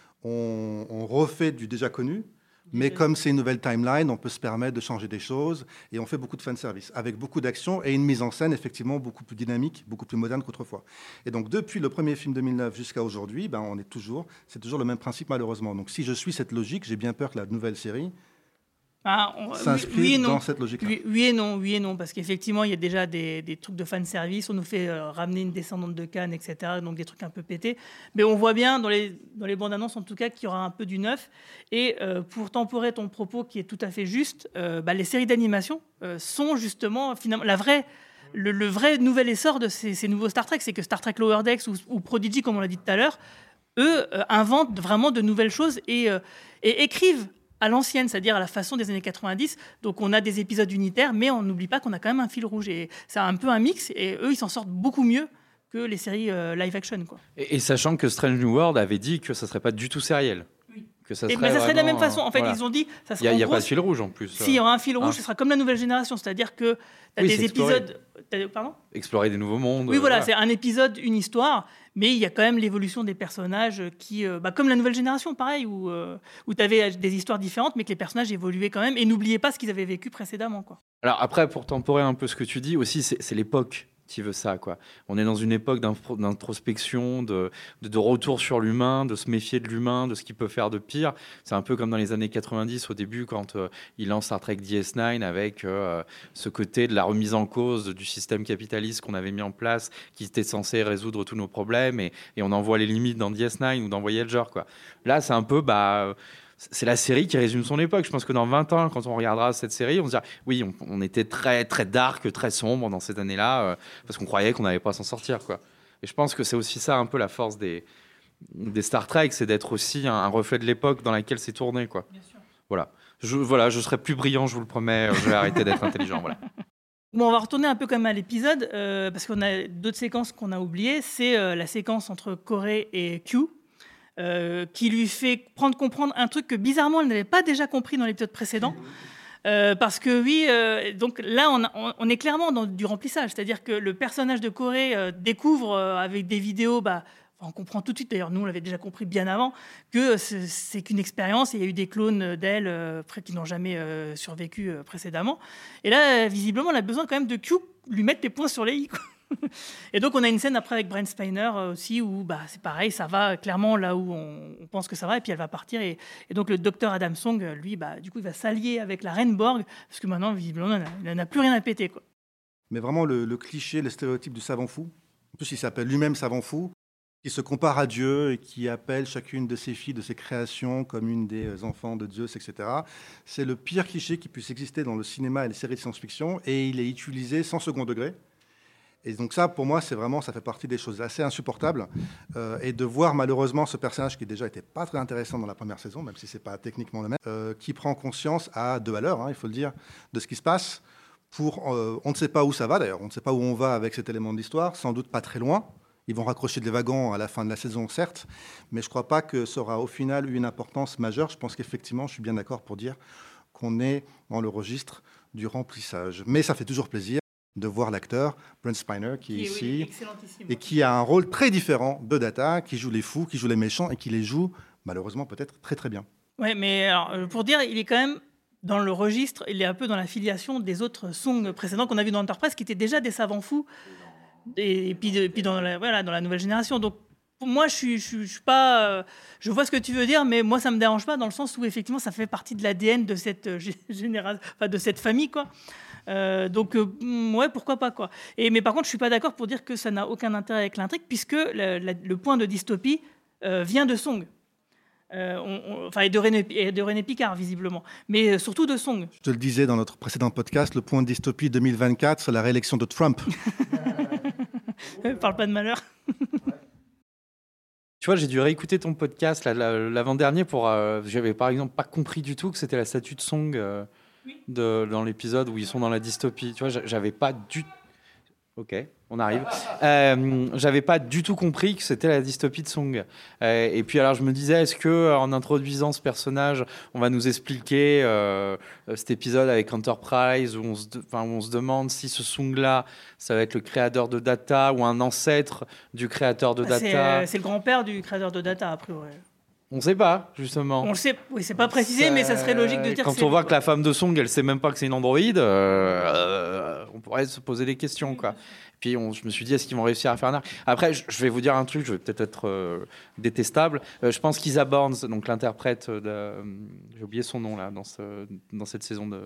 on, on refait du déjà connu, mais comme c'est une nouvelle timeline, on peut se permettre de changer des choses et on fait beaucoup de fanservice, avec beaucoup d'action et une mise en scène effectivement beaucoup plus dynamique, beaucoup plus moderne qu'autrefois. Et donc depuis le premier film deux mille neuf jusqu'à aujourd'hui, ben, on est toujours, c'est toujours le même principe malheureusement. Donc si je suis cette logique, j'ai bien peur que la nouvelle série Ah, on- s'inscrive oui et non. dans cette logique-là. Oui, oui et non, oui et non, parce qu'effectivement, il y a déjà des, des trucs de fan service. On nous fait euh, ramener une descendante de Cannes, et cetera. Donc des trucs un peu pétés. Mais on voit bien dans les, dans les bandes annonces, en tout cas, qu'il y aura un peu du neuf. Et euh, pour temporer ton propos, qui est tout à fait juste, euh, bah, les séries d'animation euh, sont justement finalement la vraie. Le, le vrai nouvel essor de ces, ces nouveaux Star Trek, c'est que Star Trek Lower Decks ou, ou Prodigy, comme on l'a dit tout à l'heure, eux euh, inventent vraiment de nouvelles choses et, euh, et écrivent à l'ancienne, c'est-à-dire à la façon des années quatre-vingt-dix. Donc on a des épisodes unitaires, mais on n'oublie pas qu'on a quand même un fil rouge. Et c'est un peu un mix, et eux, ils s'en sortent beaucoup mieux que les séries euh, live-action, quoi. Et, et sachant que Strange New World avait dit que ça serait pas du tout sériel. Que ça Et, serait mais ça serait de la vraiment, même façon. En fait, voilà. ils ont dit... ça Il sera n'y a, en pas gros- de fil rouge en plus. Si, il y aura un fil rouge, Hein. ce sera comme la nouvelle génération. C'est-à-dire que tu as Oui, des c'est explorer. épisodes... t'as- Pardon Explorer des nouveaux mondes. Oui, euh, voilà, c'est un épisode, une histoire, mais il y a quand même l'évolution des personnages qui, euh, bah, comme la nouvelle génération, pareil, où, euh, où tu avais des histoires différentes, mais que les personnages évoluaient quand même, et n'oubliez pas ce qu'ils avaient vécu précédemment, quoi. Alors après, pour temporer un peu ce que tu dis, aussi, c'est c'est l'époque qui veut ça, quoi. On est dans une époque d'infro- d'introspection, de, de, de retour sur l'humain, de se méfier de l'humain, de ce qu'il peut faire de pire. C'est un peu comme dans les années quatre-vingt-dix, au début, quand euh, il lance Star Trek D S neuf avec euh, ce côté de la remise en cause du système capitaliste qu'on avait mis en place, qui était censé résoudre tous nos problèmes, et, et on en voit les limites dans D S neuf ou dans Voyager, quoi. Là, c'est un peu... Bah, c'est la série qui résume son époque. Je pense que dans vingt ans, quand on regardera cette série, on se dira oui, on, on était très, très dark, très sombre dans cette année-là, euh, parce qu'on croyait qu'on n'allait pas s'en sortir, quoi. Et je pense que c'est aussi ça un peu la force des, des Star Trek, c'est d'être aussi un, un reflet de l'époque dans laquelle c'est tourné, quoi. Voilà. Je, voilà, je serai plus brillant, je vous le promets. Je vais arrêter d'être intelligent. Voilà. Bon, on va retourner un peu quand même à l'épisode, euh, parce qu'on a d'autres séquences qu'on a oubliées. C'est euh, la séquence entre Corey et Q, euh, qui lui fait prendre comprendre un truc que bizarrement elle n'avait pas déjà compris dans l'épisode précédent. Euh, parce que oui, euh, donc là on, a- on est clairement dans du remplissage, c'est-à-dire que le personnage de Corey euh, découvre euh, avec des vidéos, bah, enfin, on comprend tout de suite, d'ailleurs nous on l'avait déjà compris bien avant, que c'est c'est qu'une expérience et il y a eu des clones d'elle euh, près- qui n'ont jamais euh, survécu euh, précédemment. Et là, euh, visiblement, on a besoin quand même de Q lui mettre les points sur les i, quoi. Et donc on a une scène après avec Brent Spiner euh, aussi où bah, c'est pareil, ça va clairement là où on, on pense que ça va et puis elle va partir et, et donc le docteur Adam Song, euh, lui, bah, du coup il va s'allier avec la reine Borg parce que maintenant visiblement il n'en a plus rien à péter, quoi. Mais vraiment le, le cliché, le stéréotype du savant fou. En plus, il s'appelle lui-même savant fou, qui se compare à Dieu et qui appelle chacune de ses filles, de ses créations, comme une des enfants de Zeus, et cetera. C'est le pire cliché qui puisse exister dans le cinéma et les séries de science-fiction, et il est utilisé sans second degré. Et donc ça, pour moi, c'est vraiment, ça fait partie des choses assez insupportables. Euh, et de voir malheureusement ce personnage qui déjà était pas très intéressant dans la première saison, même si c'est pas techniquement le même, euh, qui prend conscience à deux à l'heure, hein, il faut le dire, de ce qui se passe. Pour, euh, on ne sait pas où ça va d'ailleurs, on ne sait pas où on va avec cet élément de l'histoire, sans doute pas très loin. Ils vont raccrocher les wagons à la fin de la saison, certes, mais je ne crois pas que ça aura au final eu une importance majeure. Je pense qu'effectivement, je suis bien d'accord pour dire qu'on est dans le registre du remplissage. Mais ça fait toujours plaisir de voir l'acteur Brent Spiner qui, qui est ici oui, et qui a un rôle très différent de Data, qui joue les fous, qui joue les méchants et qui les joue malheureusement peut-être très très bien. Ouais, mais alors, pour dire, il est quand même dans le registre, il est un peu dans la filiation des autres Song précédents qu'on a vus dans Enterprise, qui étaient déjà des savants fous. Et, et puis, et puis dans, la, voilà, dans la nouvelle génération. Donc, pour moi, je suis, je, je suis pas. Euh, je vois ce que tu veux dire, mais moi, ça me dérange pas dans le sens où effectivement, ça fait partie de l'A D N de cette génération, enfin de cette famille, quoi. Euh, donc, euh, ouais, pourquoi pas, quoi. Et mais par contre, je suis pas d'accord pour dire que ça n'a aucun intérêt avec l'intrigue, puisque le, la, le point de dystopie euh, vient de Song. Euh, on, on, enfin, et de René, et de René Picard, visiblement, mais surtout de Song. Je te le disais dans notre précédent podcast, le point de dystopie deux mille vingt-quatre, c'est la réélection de Trump. Parle pas de malheur. Tu vois, j'ai dû réécouter ton podcast là, l'avant-dernier pour. Euh, j'avais par exemple pas compris du tout que c'était la statue de Song euh, oui. de, dans l'épisode où ils sont dans la dystopie. Tu vois, j'avais pas du. Ok, on arrive. Euh, j'avais pas du tout compris que c'était la dystopie de Song. Euh, et puis alors je me disais, est-ce que en introduisant ce personnage, on va nous expliquer euh, cet épisode avec Enterprise où on se, enfin, où on se demande si ce Song-là, ça va être le créateur de Data ou un ancêtre du créateur de Data. C'est, euh, c'est le grand-père du créateur de Data, a priori. On ne sait pas, justement. On le sait, oui, c'est pas précisé, c'est... mais ça serait logique de dire Quand que c'est on voit lui, que la femme de Song, elle sait même pas que c'est une androïde, euh, euh, on pourrait se poser des questions, quoi. Puis on, je me suis dit, est-ce qu'ils vont réussir à faire un arc ? Après, je, je vais vous dire un truc, je vais peut-être être euh, détestable. Euh, je pense qu'Isa Barnes, donc l'interprète de, euh, j'ai oublié son nom là, dans, ce, dans cette saison de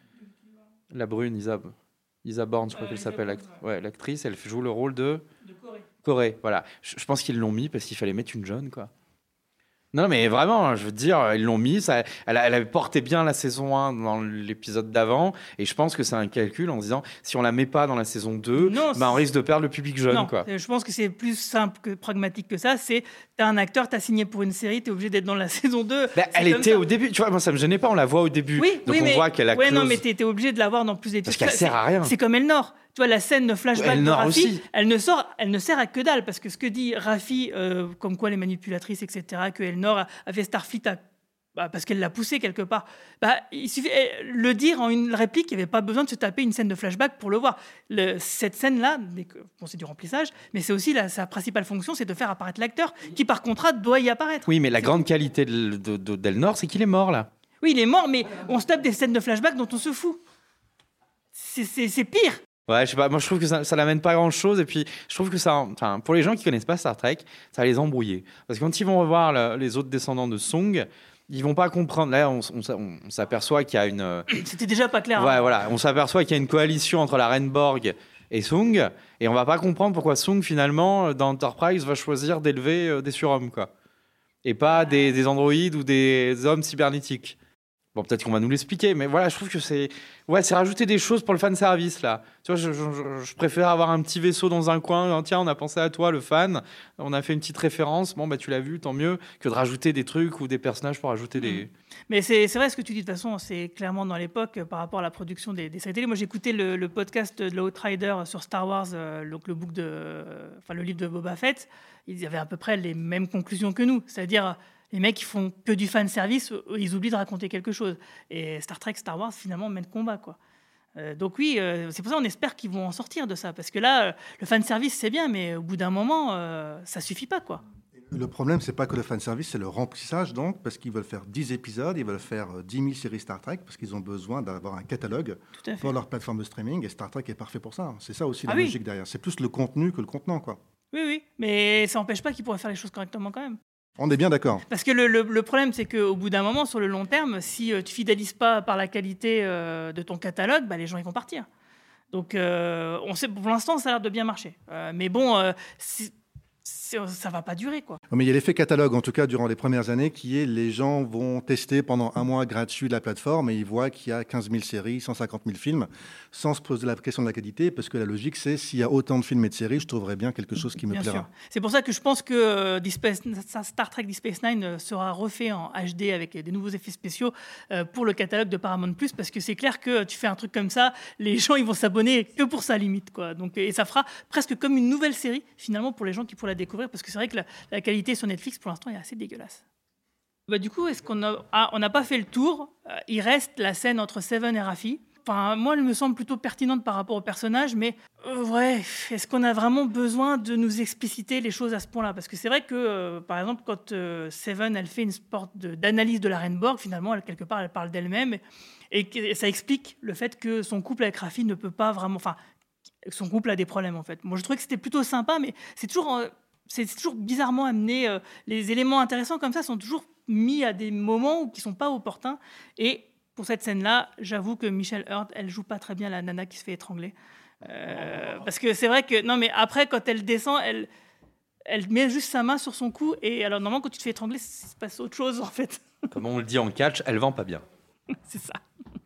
la brune, Isa, Isa Barnes, je crois euh, qu'elle s'appelle, l'act... ouais, l'actrice, elle joue le rôle de, de Corée. Corée, voilà. Je, je pense qu'ils l'ont mis parce qu'il fallait mettre une jeune, quoi. Non, mais vraiment, je veux dire, ils l'ont mis. Ça, elle, elle avait porté bien la saison un dans l'épisode d'avant. Et je pense que c'est un calcul en disant, si on la met pas dans la saison deux, non, bah, on risque de perdre le public jeune. Non, quoi. Je pense que c'est plus simple que pragmatique que ça. C'est, t'as un acteur, t'as signé pour une série, t'es obligé d'être dans la saison deux. Bah, elle était ça. Au début. Tu vois, moi, ça me gênait pas, on la voit au début. Oui, donc oui, on mais, voit qu'elle a ouais, close. non, mais t'es obligé de l'avoir dans plus d'épisodes. Parce qu'elle sert à rien. C'est comme Elnor. Tu vois, la scène de flashback Elle de Raffi, aussi. elle ne, sort, elle ne sert à que dalle, parce que ce que dit Raffi, euh, comme quoi les manipulatrices, et cetera, que Elnor avait Starfleet à, bah, parce qu'elle l'a poussé quelque part, bah, il suffit le dire en une réplique, il n'y avait pas besoin de se taper une scène de flashback pour le voir. Le, cette scène-là, bon, c'est du remplissage, mais c'est aussi la, sa principale fonction, c'est de faire apparaître l'acteur, qui par contrat doit y apparaître. Oui, mais la c'est grande tout. qualité de, de, de, d'Elnor, c'est qu'il est mort, là. Oui, il est mort, mais on se tape des scènes de flashback dont on se fout. C'est, c'est, c'est pire. Ouais, je sais pas, moi je trouve que ça, ça n'amène pas grand chose, et puis je trouve que ça, enfin, pour les gens qui connaissent pas Star Trek, ça va les embrouiller. Parce que quand ils vont revoir le, les autres descendants de Song, ils vont pas comprendre. Là, on, on, on s'aperçoit qu'il y a une. C'était déjà pas clair. Ouais, hein. voilà, on s'aperçoit qu'il y a une coalition entre la Reine Borg et Song, et on va pas comprendre pourquoi Song finalement dans Enterprise va choisir d'élever euh, des surhommes, quoi, et pas des, des androïdes ou des hommes cybernétiques. Bon, peut-être qu'on va nous l'expliquer, mais voilà, je trouve que c'est, ouais, c'est rajouter des choses pour le fan service là. Tu vois, je, je, je préfère avoir un petit vaisseau dans un coin. Tiens, on a pensé à toi, le fan. On a fait une petite référence. Bon, bah tu l'as vu, tant mieux, que de rajouter des trucs ou des personnages pour rajouter des. Mais c'est, c'est vrai ce que tu dis. De toute façon, c'est clairement dans l'époque par rapport à la production des, des séries télé. Moi, j'écoutais le, le podcast de Outrider sur Star Wars, euh, donc le book de, euh, enfin le livre de Boba Fett. Ils avaient à peu près les mêmes conclusions que nous, c'est-à-dire. Les mecs, ils font que du fan service, ils oublient de raconter quelque chose. Et Star Trek, Star Wars, finalement, mènent combat, quoi. Euh, donc oui, euh, c'est pour ça qu'on espère qu'ils vont en sortir de ça. Parce que là, euh, le fan service, c'est bien, mais au bout d'un moment, euh, ça suffit pas, quoi. Le problème, c'est pas que le fan service, c'est le remplissage, donc, parce qu'ils veulent faire dix épisodes, ils veulent faire dix mille séries Star Trek, parce qu'ils ont besoin d'avoir un catalogue pour leur plateforme de streaming, et Star Trek est parfait pour ça. C'est ça aussi la ah logique oui. derrière. C'est plus le contenu que le contenant, quoi. Oui, oui, mais ça n'empêche pas qu'ils pourraient faire les choses correctement quand même. On est bien d'accord. Parce que le, le, le problème, c'est qu'au bout d'un moment, sur le long terme, si euh, tu fidélises pas par la qualité euh, de ton catalogue, bah, les gens ils vont partir. Donc, euh, on sait, pour l'instant, ça a l'air de bien marcher. Euh, mais bon, euh, c'est, c'est, ça va pas durer, quoi. Mais il y a l'effet catalogue, en tout cas durant les premières années, qui est les gens vont tester pendant un mois gratuit la plateforme et ils voient qu'il y a quinze mille séries, cent cinquante mille films, sans se poser la question de la qualité, parce que la logique, c'est s'il y a autant de films et de séries, je trouverai bien quelque chose qui me Bien plaira. sûr. C'est pour ça que je pense que euh, Deep Space- Star Trek Deep Space Nine euh, sera refait en H D avec des nouveaux effets spéciaux euh, pour le catalogue de Paramount Plus, parce que c'est clair que tu fais un truc comme ça, les gens ils vont s'abonner que pour ça limite, quoi. Donc, et ça fera presque comme une nouvelle série finalement pour les gens qui pourraient la découvrir, parce que c'est vrai que la, la qualité sur Netflix pour l'instant est assez dégueulasse. Bah, du coup, est-ce qu'on a, ah, on n'a pas fait le tour. Euh, il reste la scène entre Seven et Raffi. Enfin, moi, elle me semble plutôt pertinente par rapport au personnage, mais euh, ouais, est-ce qu'on a vraiment besoin de nous expliciter les choses à ce point-là? Parce que c'est vrai que, euh, par exemple, quand euh, Seven, elle fait une sorte de, d'analyse de la Renborg, finalement, elle, quelque part, elle parle d'elle-même, et, et, que- et ça explique le fait que son couple avec Raffi ne peut pas vraiment... Enfin, son couple a des problèmes, en fait. Moi, je trouvais que c'était plutôt sympa, mais c'est toujours... euh, c'est toujours bizarrement amené. euh, les éléments intéressants comme ça sont toujours mis à des moments où, qui ne sont pas opportuns. Et pour cette scène-là, j'avoue que Michelle Hurd, elle joue pas très bien la nana qui se fait étrangler. Euh, parce que c'est vrai que... Non, mais après, quand elle descend, elle, elle met juste sa main sur son cou. Et alors, normalement, quand tu te fais étrangler, il se passe autre chose, en fait. Comme on le dit en catch, elle vend pas bien. C'est ça.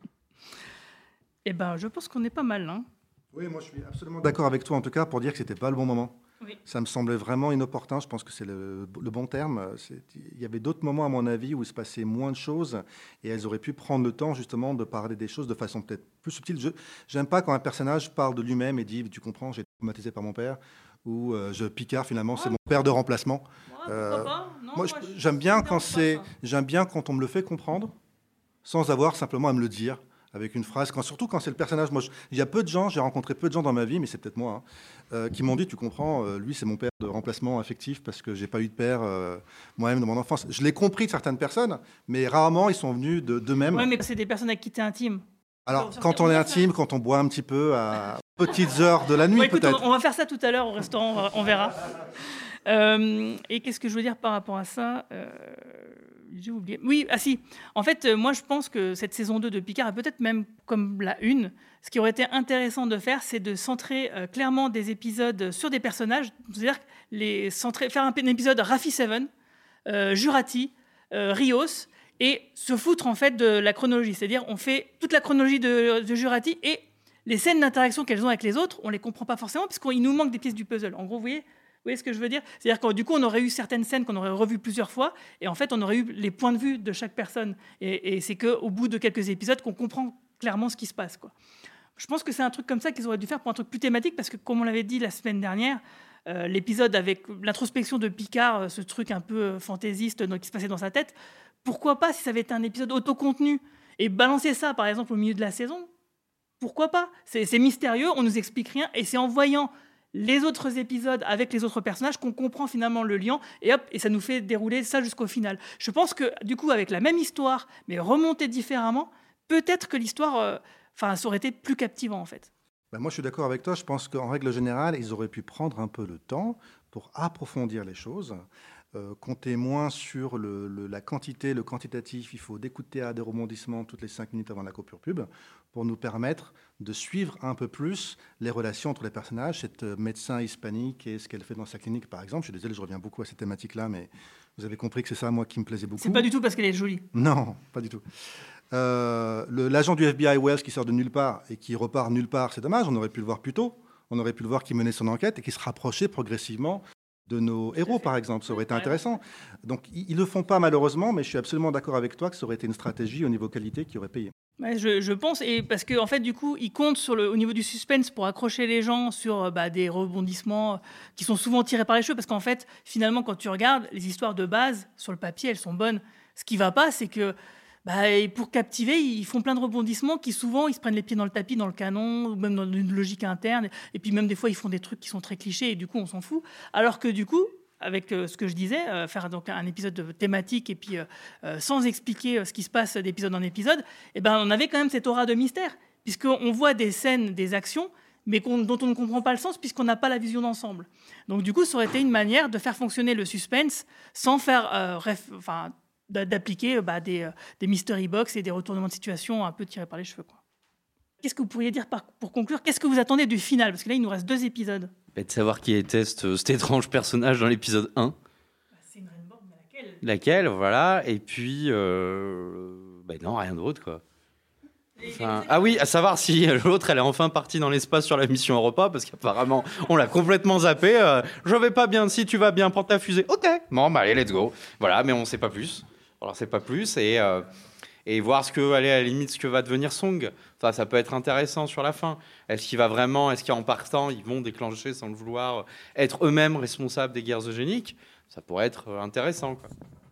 Eh ben, je pense qu'on est pas mal, hein. Oui, moi je suis absolument d'accord avec toi en tout cas pour dire que c'était pas le bon moment. Oui. Ça me semblait vraiment inopportun, je pense que c'est le, le bon terme. C'est- Il y avait d'autres moments à mon avis où il se passait moins de choses et elles auraient pu prendre le temps justement de parler des choses de façon peut-être plus subtile. Je j'aime pas quand un personnage parle de lui-même et dit tu comprends, j'ai été traumatisé par mon père ou euh, je Picard finalement c'est mon père de remplacement. Ouais, Euh, pourquoi pas? Non, Moi je- moi, je- j'aime bien ça me quand dérange pas, c'est ça. j'aime bien quand on me le fait comprendre sans avoir simplement à me le dire avec une phrase, quand, surtout quand c'est le personnage. Moi, je- il y a peu de gens, j'ai rencontré peu de gens dans ma vie, mais c'est peut-être moi, hein, euh, qui m'ont dit, tu comprends, euh, lui c'est mon père de remplacement affectif parce que j'ai pas eu de père euh, moi-même dans mon enfance. Je l'ai compris de certaines personnes, mais rarement ils sont venus de- d'eux-mêmes. Ouais, mais c'est des personnes avec qui t'es intime. Alors, Sur- quand sur- on est va intime, quand on boit un petit peu à petites heures de la nuit, Bon, écoute, peut-être. on, on va faire ça tout à l'heure au restaurant, on va- on verra. Euh, et qu'est-ce que je veux dire par rapport à ça? Euh, J'ai oublié. Oui, ah si. En fait, euh, moi, je pense que cette saison deux de Picard, et peut-être même comme la une, ce qui aurait été intéressant de faire, c'est de centrer euh, clairement des épisodes sur des personnages. C'est-à-dire les centrer, faire un, un épisode Raffi Seven, euh, Jurati, euh, Rios, et se foutre en fait de la chronologie. C'est-à-dire, on fait toute la chronologie de, de Jurati et les scènes d'interaction qu'elles ont avec les autres, on les comprend pas forcément parce qu'il nous manque des pièces du puzzle. En gros, vous voyez, vous voyez ce que je veux dire? C'est-à-dire que du coup, on aurait eu certaines scènes qu'on aurait revues plusieurs fois, et en fait, on aurait eu les points de vue de chaque personne. Et, et c'est qu'au bout de quelques épisodes qu'on comprend clairement ce qui se passe, quoi. Je pense que c'est un truc comme ça qu'ils auraient dû faire pour un truc plus thématique, parce que comme on l'avait dit la semaine dernière, euh, l'épisode avec l'introspection de Picard, euh, ce truc un peu euh, fantaisiste donc, qui se passait dans sa tête, pourquoi pas si ça avait été un épisode autocontenu et balancer ça, par exemple, au milieu de la saison? Pourquoi pas? C'est c'est mystérieux, on nous explique rien, et c'est en voyant les autres épisodes avec les autres personnages qu'on comprend finalement le lien, et hop, et ça nous fait dérouler ça jusqu'au final. Je pense que du coup, avec la même histoire, mais remontée différemment, peut-être que l'histoire, euh, enfin, ça aurait été plus captivant en fait. Ben, moi, je suis d'accord avec toi. Je pense qu'en règle générale, ils auraient pu prendre un peu le temps pour approfondir les choses, euh, compter moins sur le- le- la quantité, le quantitatif. Il faut d'écouter à des rebondissements toutes les cinq minutes avant la coupure pub pour nous permettre de suivre un peu plus les relations entre les personnages. Cette euh, médecin hispanique et ce qu'elle fait dans sa clinique, par exemple. Je suis désolé, je reviens beaucoup à cette thématique-là, mais vous avez compris que c'est ça, moi, qui me plaisait beaucoup. C'est pas du tout parce qu'elle est jolie. Non, pas du tout. Euh, le- L'agent du F B I Wells qui sort de nulle part et qui repart nulle part, c'est dommage, on aurait pu le voir plus tôt. On aurait pu le voir qui menait son enquête et qui se rapprochait progressivement de nos héros, par exemple. Ça aurait été intéressant. Donc, ils ne le font pas malheureusement, mais je suis absolument d'accord avec toi que ça aurait été une stratégie au niveau qualité qui aurait payé. Ouais, je, je pense, et parce qu'en en fait, du coup, ils comptent sur le, au niveau du suspense pour accrocher les gens sur euh, bah, des rebondissements euh, qui sont souvent tirés par les cheveux, parce qu'en fait, finalement, quand tu regardes, les histoires de base, sur le papier, elles sont bonnes. Ce qui va pas, c'est que bah, et pour captiver, ils font plein de rebondissements qui, souvent, ils se prennent les pieds dans le tapis, dans le canon, ou même dans une logique interne, et puis même des fois, ils font des trucs qui sont très clichés, et du coup, on s'en fout. Alors que du coup, avec euh, ce que je disais, euh, faire donc un épisode de thématique et puis euh, euh, sans expliquer euh, ce qui se passe d'épisode en épisode, eh ben, on avait quand même cette aura de mystère, puisqu'on voit des scènes, des actions, mais qu'on- dont on ne comprend pas le sens puisqu'on n'a pas la vision d'ensemble. Donc du coup, ça aurait été une manière de faire fonctionner le suspense sans faire, euh, ref- enfin, d'a- d'appliquer euh, bah, des, euh, des mystery box et des retournements de situation un peu tirés par les cheveux, quoi. Qu'est-ce que vous pourriez dire par- pour conclure? Qu'est-ce que vous attendez du final? Parce que là, il nous reste deux épisodes. Et de savoir qui était cet, cet étrange personnage dans l'épisode un. C'est une reine morte, mais laquelle ? Laquelle, voilà. Et puis, euh... ben non, rien d'autre, quoi. Enfin, ah oui, à savoir si l'autre, elle est enfin partie dans l'espace sur la mission Europa, parce qu'apparemment, on l'a complètement zappé. Euh, je vais pas bien, si tu vas bien, prends ta fusée. Ok, bon, bah allez, let's go. Voilà, mais on sait pas plus. Alors, c'est pas plus, et, euh, et voir ce que, allez, à la limite, ce que va devenir Song. Enfin, ça peut être intéressant sur la fin. Est-ce qu'il va vraiment, est-ce qu'en partant, ils vont déclencher, sans le vouloir, être eux-mêmes responsables des guerres eugéniques ? Ça pourrait être intéressant, quoi.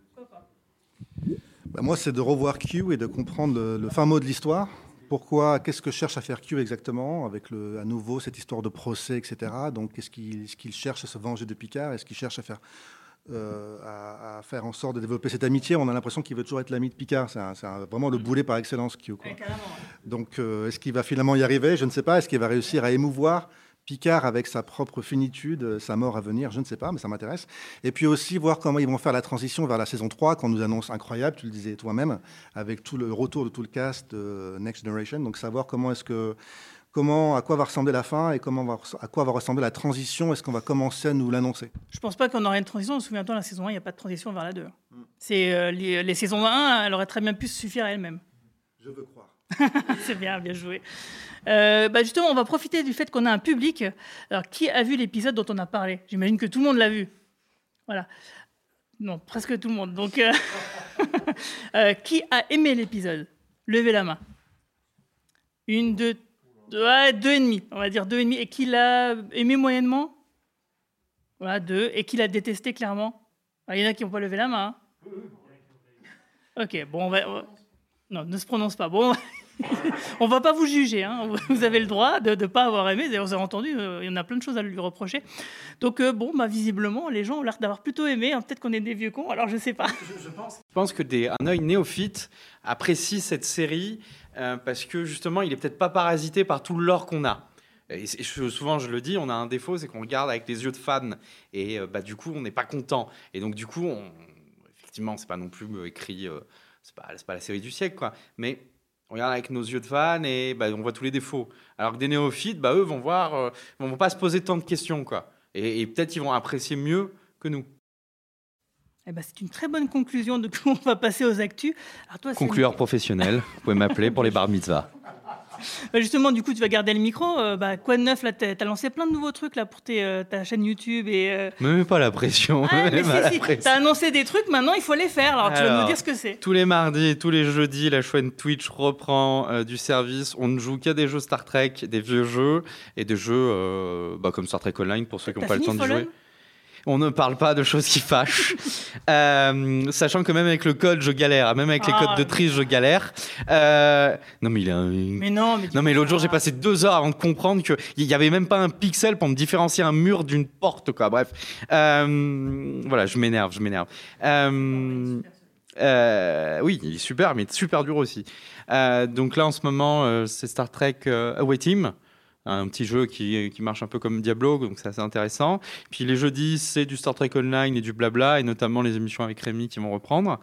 Bah moi, c'est de revoir Q et de comprendre le, le fin mot de l'histoire. Pourquoi, qu'est-ce que cherche à faire Q exactement, avec le, à nouveau cette histoire de procès, et cetera. Donc, est-ce qu'il, est-ce qu'il cherche à se venger de Picard ? Est-ce qu'il cherche à faire, euh, à, à faire en sorte de développer cette amitié ? On a l'impression qu'il veut toujours être l'ami de Picard. C'est, un, c'est un, vraiment le boulet par excellence, Q, quoi. Ouais, carrément. Donc, euh, est-ce qu'il va finalement y arriver ? Je ne sais pas. Est-ce qu'il va réussir à émouvoir Picard avec sa propre finitude, sa mort à venir, je ne sais pas, mais ça m'intéresse. Et puis aussi voir comment ils vont faire la transition vers la saison trois, qu'on nous annonce incroyable, tu le disais toi-même, avec tout le retour de tout le cast de Next Generation. Donc savoir comment est-ce que, comment, à quoi va ressembler la fin et comment va, à quoi va ressembler la transition. Est-ce qu'on va commencer à nous l'annoncer ? Je pense pas qu'on aurait une transition. Souviens-toi, la saison un, il n'y a pas de transition vers la deux. Mm. C'est, euh, les, les saisons un, elle aurait très bien pu se suffire à elle-même. Je veux croire. C'est bien, bien joué. Euh, bah justement, on va profiter du fait qu'on a un public. Alors, qui a vu l'épisode dont on a parlé ? J'imagine que tout le monde l'a vu. Voilà. Non, presque tout le monde. Donc, euh... euh, qui a aimé l'épisode ? Levez la main. Une, deux, deux, ouais, deux et demi. On va dire deux et demi. Et qui l'a aimé moyennement ? Voilà, deux. Et qui l'a détesté clairement ? Alors, il y en a qui n'ont pas levé la main. Hein. Ok, bon, on va... on va... Non, ne se prononce pas. Bon, on va pas vous juger. Hein. Vous avez le droit de ne pas avoir aimé. D'ailleurs, vous avez entendu, euh, il y en a plein de choses à lui reprocher. Donc, euh, bon, bah, visiblement, les gens ont l'air d'avoir plutôt aimé. Hein. Peut-être qu'on est des vieux cons, alors je sais pas. Je, je, pense, je pense que des, un œil néophyte apprécie cette série euh, parce que, justement, il est peut-être pas parasité par tout le lore qu'on a. Et je, souvent, je le dis, on a un défaut, c'est qu'on regarde avec les yeux de fan. Et euh, bah, du coup, on n'est pas content. Et donc, du coup, on, effectivement, c'est pas non plus euh, écrit... Euh, c'est pas, c'est pas la série du siècle, quoi. Mais on regarde avec nos yeux de fan et bah, on voit tous les défauts. Alors que des néophytes, bah, eux, vont voir, euh, vont pas se poser tant de questions, quoi. Et, et peut-être ils vont apprécier mieux que nous. Eh ben, c'est une très bonne conclusion. De on va passer aux actus. Alors toi, Conclueur c'est... professionnel, vous pouvez m'appeler pour les bar mitzvahs. Bah justement, du coup, tu vas garder le micro. Euh, bah, quoi de neuf là ? T'as, t'as lancé plein de nouveaux trucs là pour tes, euh, ta chaîne YouTube et. Euh... Me mets pas la pression. Ah, mais si, si, pression. T'as annoncé des trucs. Maintenant, il faut les faire. Alors, Alors, tu vas nous dire ce que c'est. Tous les mardis et tous les jeudis, la chaîne Twitch reprend euh, du service. On ne joue qu'à des jeux Star Trek, des vieux jeux et des jeux euh, bah, comme Star Trek Online pour ceux qui n'ont pas le temps de jouer. On ne parle pas de choses qui fâchent. euh, sachant que même avec le code, je galère. Même avec ah, les codes de triche, je galère. Euh, non, mais il est un... Mais non, mais, non, mais l'autre jour, j'ai passé deux heures avant de comprendre qu'il n'y avait même pas un pixel pour me différencier un mur d'une porte, quoi. Bref. Euh, voilà, je m'énerve, je m'énerve. Euh, euh, oui, il est super, mais super dur aussi. Euh, donc là, en ce moment, euh, c'est Star Trek euh, Away Team. Un petit jeu qui, qui marche un peu comme Diablo, donc c'est assez intéressant. Puis les jeudis, c'est du Star Trek Online et du blabla, et notamment les émissions avec Rémi qui vont reprendre.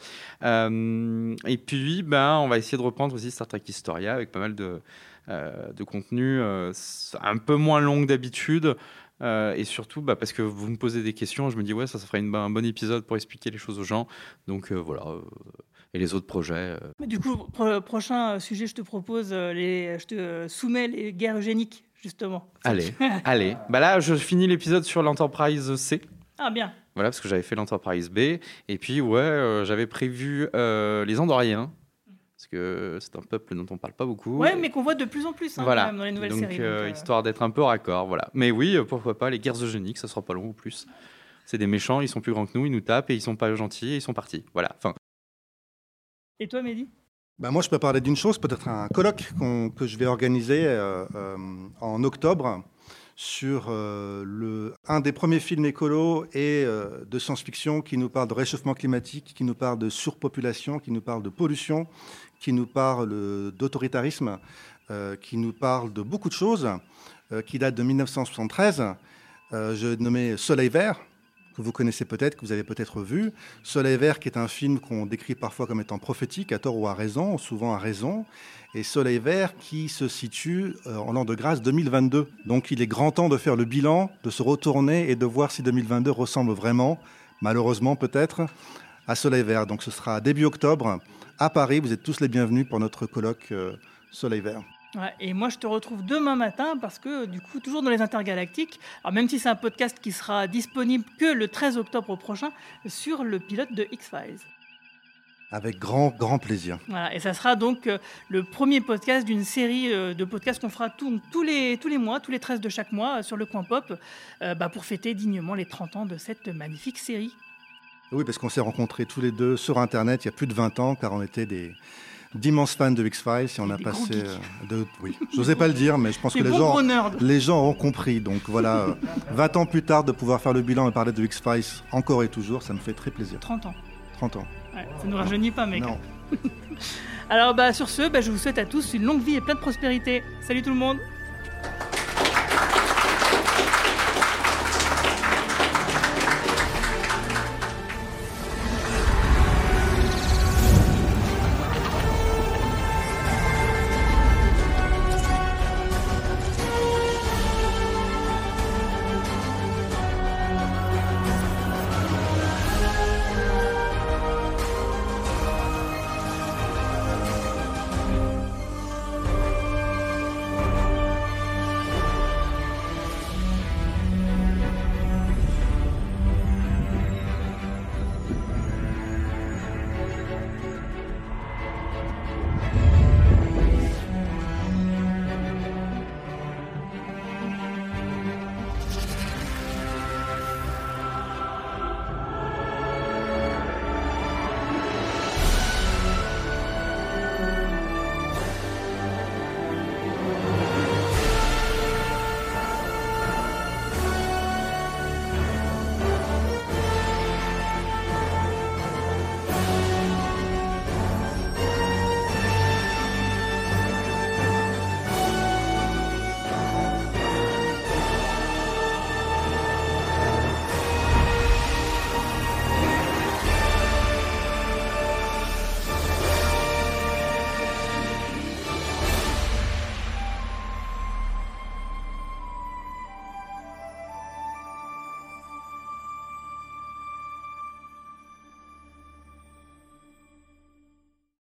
Euh, et puis, ben, on va essayer de reprendre aussi Star Trek Historia avec pas mal de, euh, de contenu euh, un peu moins long que d'habitude. Euh, et surtout, bah, parce que vous me posez des questions, je me dis, ouais, ça, ça ferait une, un bon épisode pour expliquer les choses aux gens. Donc euh, voilà. Euh, et les autres projets. Euh... Mais du coup, pro- prochain sujet, je te propose, euh, les, je te soumets les guerres eugéniques. Justement. Allez, allez. Bah là, je finis l'épisode sur l'Enterprise C. Ah, bien. Voilà, parce que j'avais fait l'Enterprise B. Et puis, ouais, euh, j'avais prévu euh, les Andoriens. Parce que c'est un peuple dont on ne parle pas beaucoup. Ouais, mais qu'on voit de plus en plus hein, voilà. quand même, dans les nouvelles donc, séries. Euh, donc, euh... histoire d'être un peu raccord, voilà. Mais oui, pourquoi pas, les guerres eugéniques, ça sera pas long ou plus. C'est des méchants, ils sont plus grands que nous, ils nous tapent et ils sont pas gentils et ils sont partis. Voilà, fin. Et toi, Mehdi ? Ben moi, je peux parler d'une chose, peut-être un colloque qu'on, que je vais organiser euh, euh, en octobre sur euh, le, un des premiers films écolos et euh, de science-fiction qui nous parle de réchauffement climatique, qui nous parle de surpopulation, qui nous parle de pollution, qui nous parle d'autoritarisme, euh, qui nous parle de beaucoup de choses, euh, qui date de mille neuf cent soixante-treize. Euh, je nommais Soleil Vert, que vous connaissez peut-être, que vous avez peut-être vu. Soleil Vert, qui est un film qu'on décrit parfois comme étant prophétique, à tort ou à raison, souvent à raison. Et Soleil Vert qui se situe euh, en l'an de grâce deux mille vingt-deux. Donc il est grand temps de faire le bilan, de se retourner et de voir si deux mille vingt-deux ressemble vraiment, malheureusement peut-être, à Soleil Vert. Donc ce sera début octobre à Paris. Vous êtes tous les bienvenus pour notre colloque euh, Soleil Vert. Ouais, et moi, je te retrouve demain matin parce que, du coup, toujours dans les Intergalactiques, alors même si c'est un podcast qui sera disponible que le treize octobre prochain, sur le pilote de X-Files. Avec grand, grand plaisir. Voilà, et ça sera donc euh, le premier podcast d'une série euh, de podcasts qu'on fera tout, tous, les, tous les mois, tous les treize de chaque mois, euh, sur le Coin Pop, euh, bah, pour fêter dignement les trente ans de cette magnifique série. Oui, parce qu'on s'est rencontrés tous les deux sur Internet il y a plus de vingt ans, car on était des... d'immenses fans de X-Files et on a passé euh, de oui, j'osais pas le dire, mais je pense que les gens les gens ont compris. Donc voilà, euh, vingt ans plus tard, de pouvoir faire le bilan et parler de X-Files encore et toujours, ça me fait très plaisir. trente ans. trente ans. Ouais, ça nous rajeunit pas, mec. Non. Alors bah sur ce, bah, je vous souhaite à tous une longue vie et plein de prospérité. Salut tout le monde.